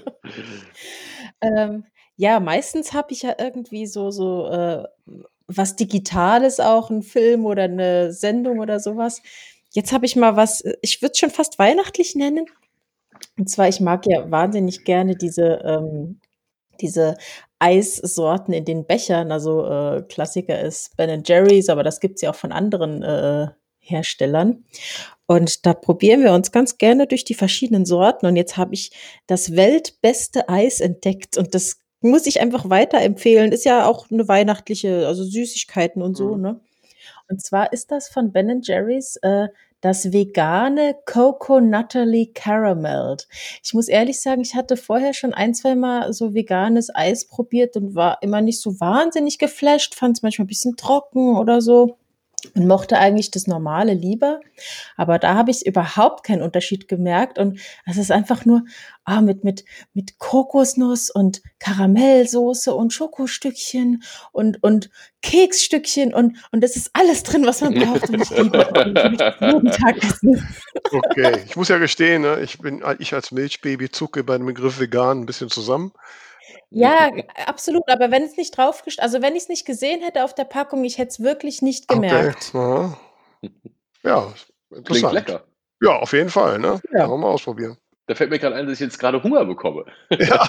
Ähm, ja, meistens habe ich ja irgendwie so so, äh, was Digitales auch, 'n Film oder 'ne Sendung oder so was. Jetzt habe ich mal was, äh, ich würde es schon fast weihnachtlich nennen. Und zwar, ich mag ja wahnsinnig gerne diese, ähm diese Eissorten in den Bechern. Also, äh, Klassiker ist Ben and Jerry's, aber das gibt's ja auch von anderen, äh, Herstellern. Und da probieren wir uns ganz gerne durch die verschiedenen Sorten. Und jetzt habe ich das weltbeste Eis entdeckt und das muss ich einfach weiterempfehlen. Ist ja auch 'ne weihnachtliche, also Süßigkeiten und so, Mhm. ne? Und zwar ist das von Ben and Jerry's, äh, das vegane Coconutterly Caramelled. Ich muss ehrlich sagen, ich hatte vorher schon ein, zweimal so veganes Eis probiert und war immer nicht so wahnsinnig geflasht, fand's manchmal 'n bisschen trocken oder so und mochte eigentlich das Normale lieber. Aber da habe ich überhaupt keinen Unterschied gemerkt und es ist einfach nur, ah, mit mit mit Kokosnuss und Karamellsoße und Schokostückchen und und Keksstückchen und und es ist alles drin, was man braucht und ich liebe es. Und ich möchte es jeden Tag essen. Okay. Ich muss ja gestehen, ne, ich bin ich als Milchbaby zucke bei dem Begriff vegan 'n bisschen zusammen. Ja, absolut, aber wenn es nicht drauf gest also, wenn ich's nicht gesehen hätte auf der Packung, ich hätte es wirklich nicht Okay. gemerkt. Aha. Ja, Klingt interessant. lecker. Ja, auf jeden Fall, ne? Ja. Kann man mal ausprobieren. Da fällt mir gerade ein, dass ich jetzt gerade Hunger bekomme. Ja.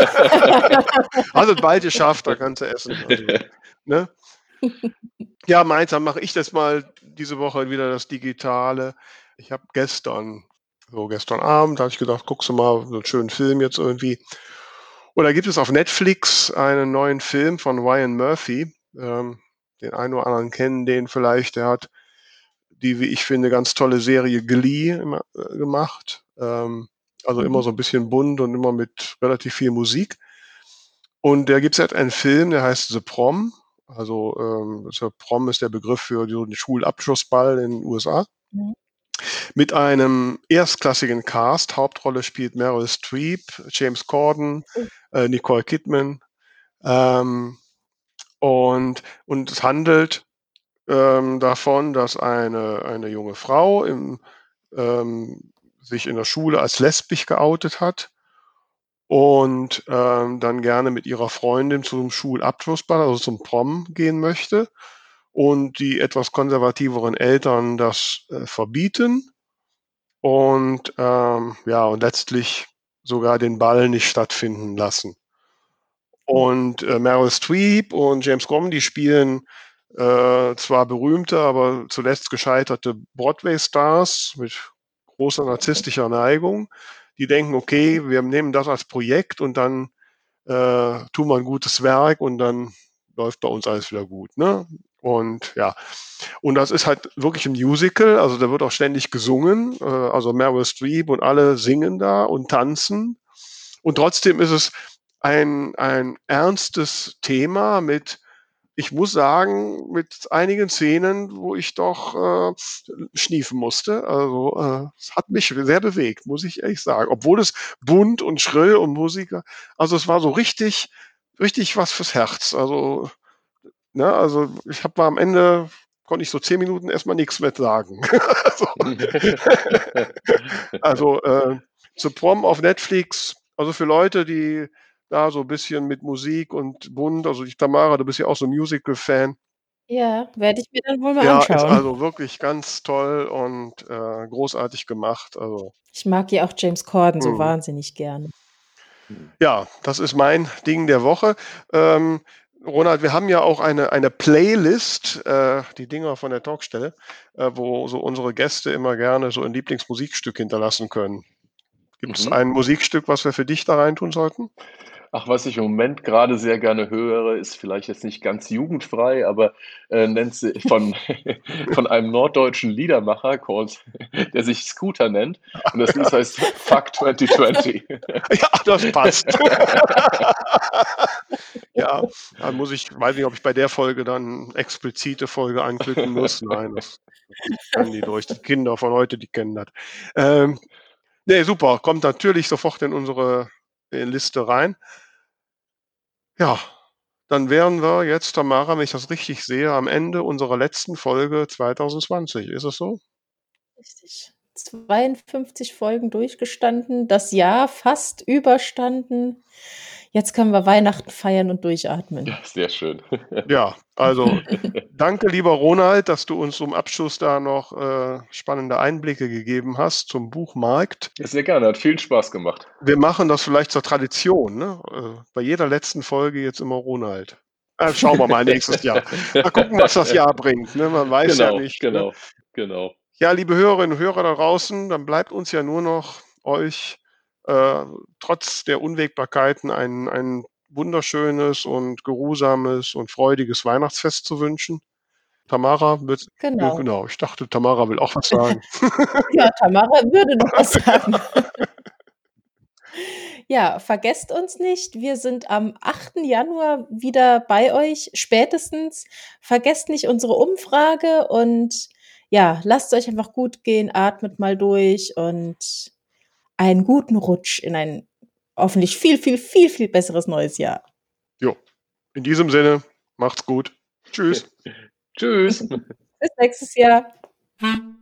Hast es bald geschafft, da kannst du essen. Also, ne? Ja, meins, dann mache ich das mal diese Woche wieder das Digitale. Ich habe gestern so gestern Abend habe ich gedacht, guckst du mal so 'n schönen Film jetzt irgendwie. Und da gibt es auf Netflix einen neuen Film von Ryan Murphy. Ähm, den einen oder anderen kennen den vielleicht. Der hat die, wie ich finde, ganz tolle Serie Glee immer, äh, gemacht. Ähm, also immer Mhm. so 'n bisschen bunt und immer mit relativ viel Musik. Und da gibt's halt einen Film, der heißt The Prom. Also, ähm, The Prom ist der Begriff für so 'n Schulabschlussball in den U S A. Mhm. Mit einem erstklassigen Cast. Hauptrolle spielt Meryl Streep, James Corden, Oh. äh, Nicole Kidman. Ähm, und und es handelt, ähm, davon, dass eine eine junge Frau im ähm, sich in der Schule als lesbisch geoutet hat und ähm, dann gerne mit ihrer Freundin zum Schulabschlussball, also zum Prom gehen möchte und die etwas konservativeren Eltern das äh, verbieten und ähm, ja, und letztlich sogar den Ball nicht stattfinden lassen. Und äh, Meryl Streep und James Corden, die spielen äh, zwar berühmte, aber zuletzt gescheiterte Broadway-Stars mit großer narzisstischer Neigung. Die denken, okay, wir nehmen das als Projekt und dann äh, tun wir ein gutes Werk und dann läuft bei uns alles wieder gut. Ne? Und ja, und das ist halt wirklich ein Musical, also da wird auch ständig gesungen, äh, also Meryl Streep und alle singen da und tanzen. Und trotzdem ist es ein, ein ernstes Thema mit, ich muss sagen, mit einigen Szenen, wo ich doch äh, schniefen musste. Also äh, es hat mich sehr bewegt, muss ich ehrlich sagen. Obwohl es bunt und schrill und Musiker, also es war so richtig, richtig was fürs Herz. Also, ne, also ich habe am Ende, konnte ich so zehn Minuten erstmal nichts mehr sagen. also also äh, The Prom auf Netflix, also für Leute, die da so ein bisschen mit Musik und bunt, also ich, Tamara, du bist ja auch so Musical-Fan. Ja, werde ich mir dann wohl mal Ja, ist anschauen. also wirklich ganz toll und äh, großartig gemacht. Also, Ich mag ja auch James Corden so mhm. wahnsinnig gerne. Ja, das ist mein Ding der Woche. Ähm, Ronald, wir haben ja auch eine, eine Playlist, äh, die Dinger von der Talkstelle, äh, wo so unsere Gäste immer gerne so ein Lieblingsmusikstück hinterlassen können. Gibt es Mhm. ein Musikstück, was wir für dich da reintun sollten? Ach, was ich im Moment gerade sehr gerne höre, ist vielleicht jetzt nicht ganz jugendfrei, aber äh, nennt sie von, von einem norddeutschen Liedermacher, called, der sich Scooter nennt. Und das Lied heißt Fuck zwanzig zwanzig. Ja, das passt. Ja, dann muss ich, weiß nicht, ob ich bei der Folge dann explizite Folge anklicken muss. Nein, das kann die durch. Die Kinder von heute, die kennen das. Ähm, nee, super. Kommt natürlich sofort in unsere äh, Liste rein. Ja, dann wären wir jetzt, Tamara, wenn ich das richtig sehe, am Ende unserer letzten Folge zwanzig zwanzig. Ist es so? Richtig. zweiundfünfzig Folgen durchgestanden, das Jahr fast überstanden. Jetzt können wir Weihnachten feiern und durchatmen. Ja, sehr schön. Ja, also danke, lieber Ronald, dass du uns zum Abschluss da noch äh, spannende Einblicke gegeben hast zum Buchmarkt. Ja, sehr gerne, hat viel Spaß gemacht. Wir machen das vielleicht zur Tradition, ne? Äh, bei jeder letzten Folge jetzt immer Ronald. Äh, schauen wir mal nächstes Jahr. Mal gucken, was das Jahr bringt. Ne? Man weiß Genau, ja nicht. Ne? genau, genau. Ja, liebe Hörerinnen und Hörer da draußen, dann bleibt uns ja nur noch euch äh, trotz der Unwägbarkeiten ein, ein wunderschönes und geruhsames und freudiges Weihnachtsfest zu wünschen. Tamara wird, Genau. genau, ich dachte, Tamara will auch was sagen. Ja, Tamara würde noch was sagen. Ja, vergesst uns nicht. Wir sind am achten Januar wieder bei euch, spätestens. Vergesst nicht unsere Umfrage und ja, lasst euch einfach gut gehen, atmet mal durch und einen guten Rutsch in ein hoffentlich viel, viel, viel, viel besseres neues Jahr. Jo, in diesem Sinne, macht's gut. Tschüss. Tschüss. Bis nächstes Jahr.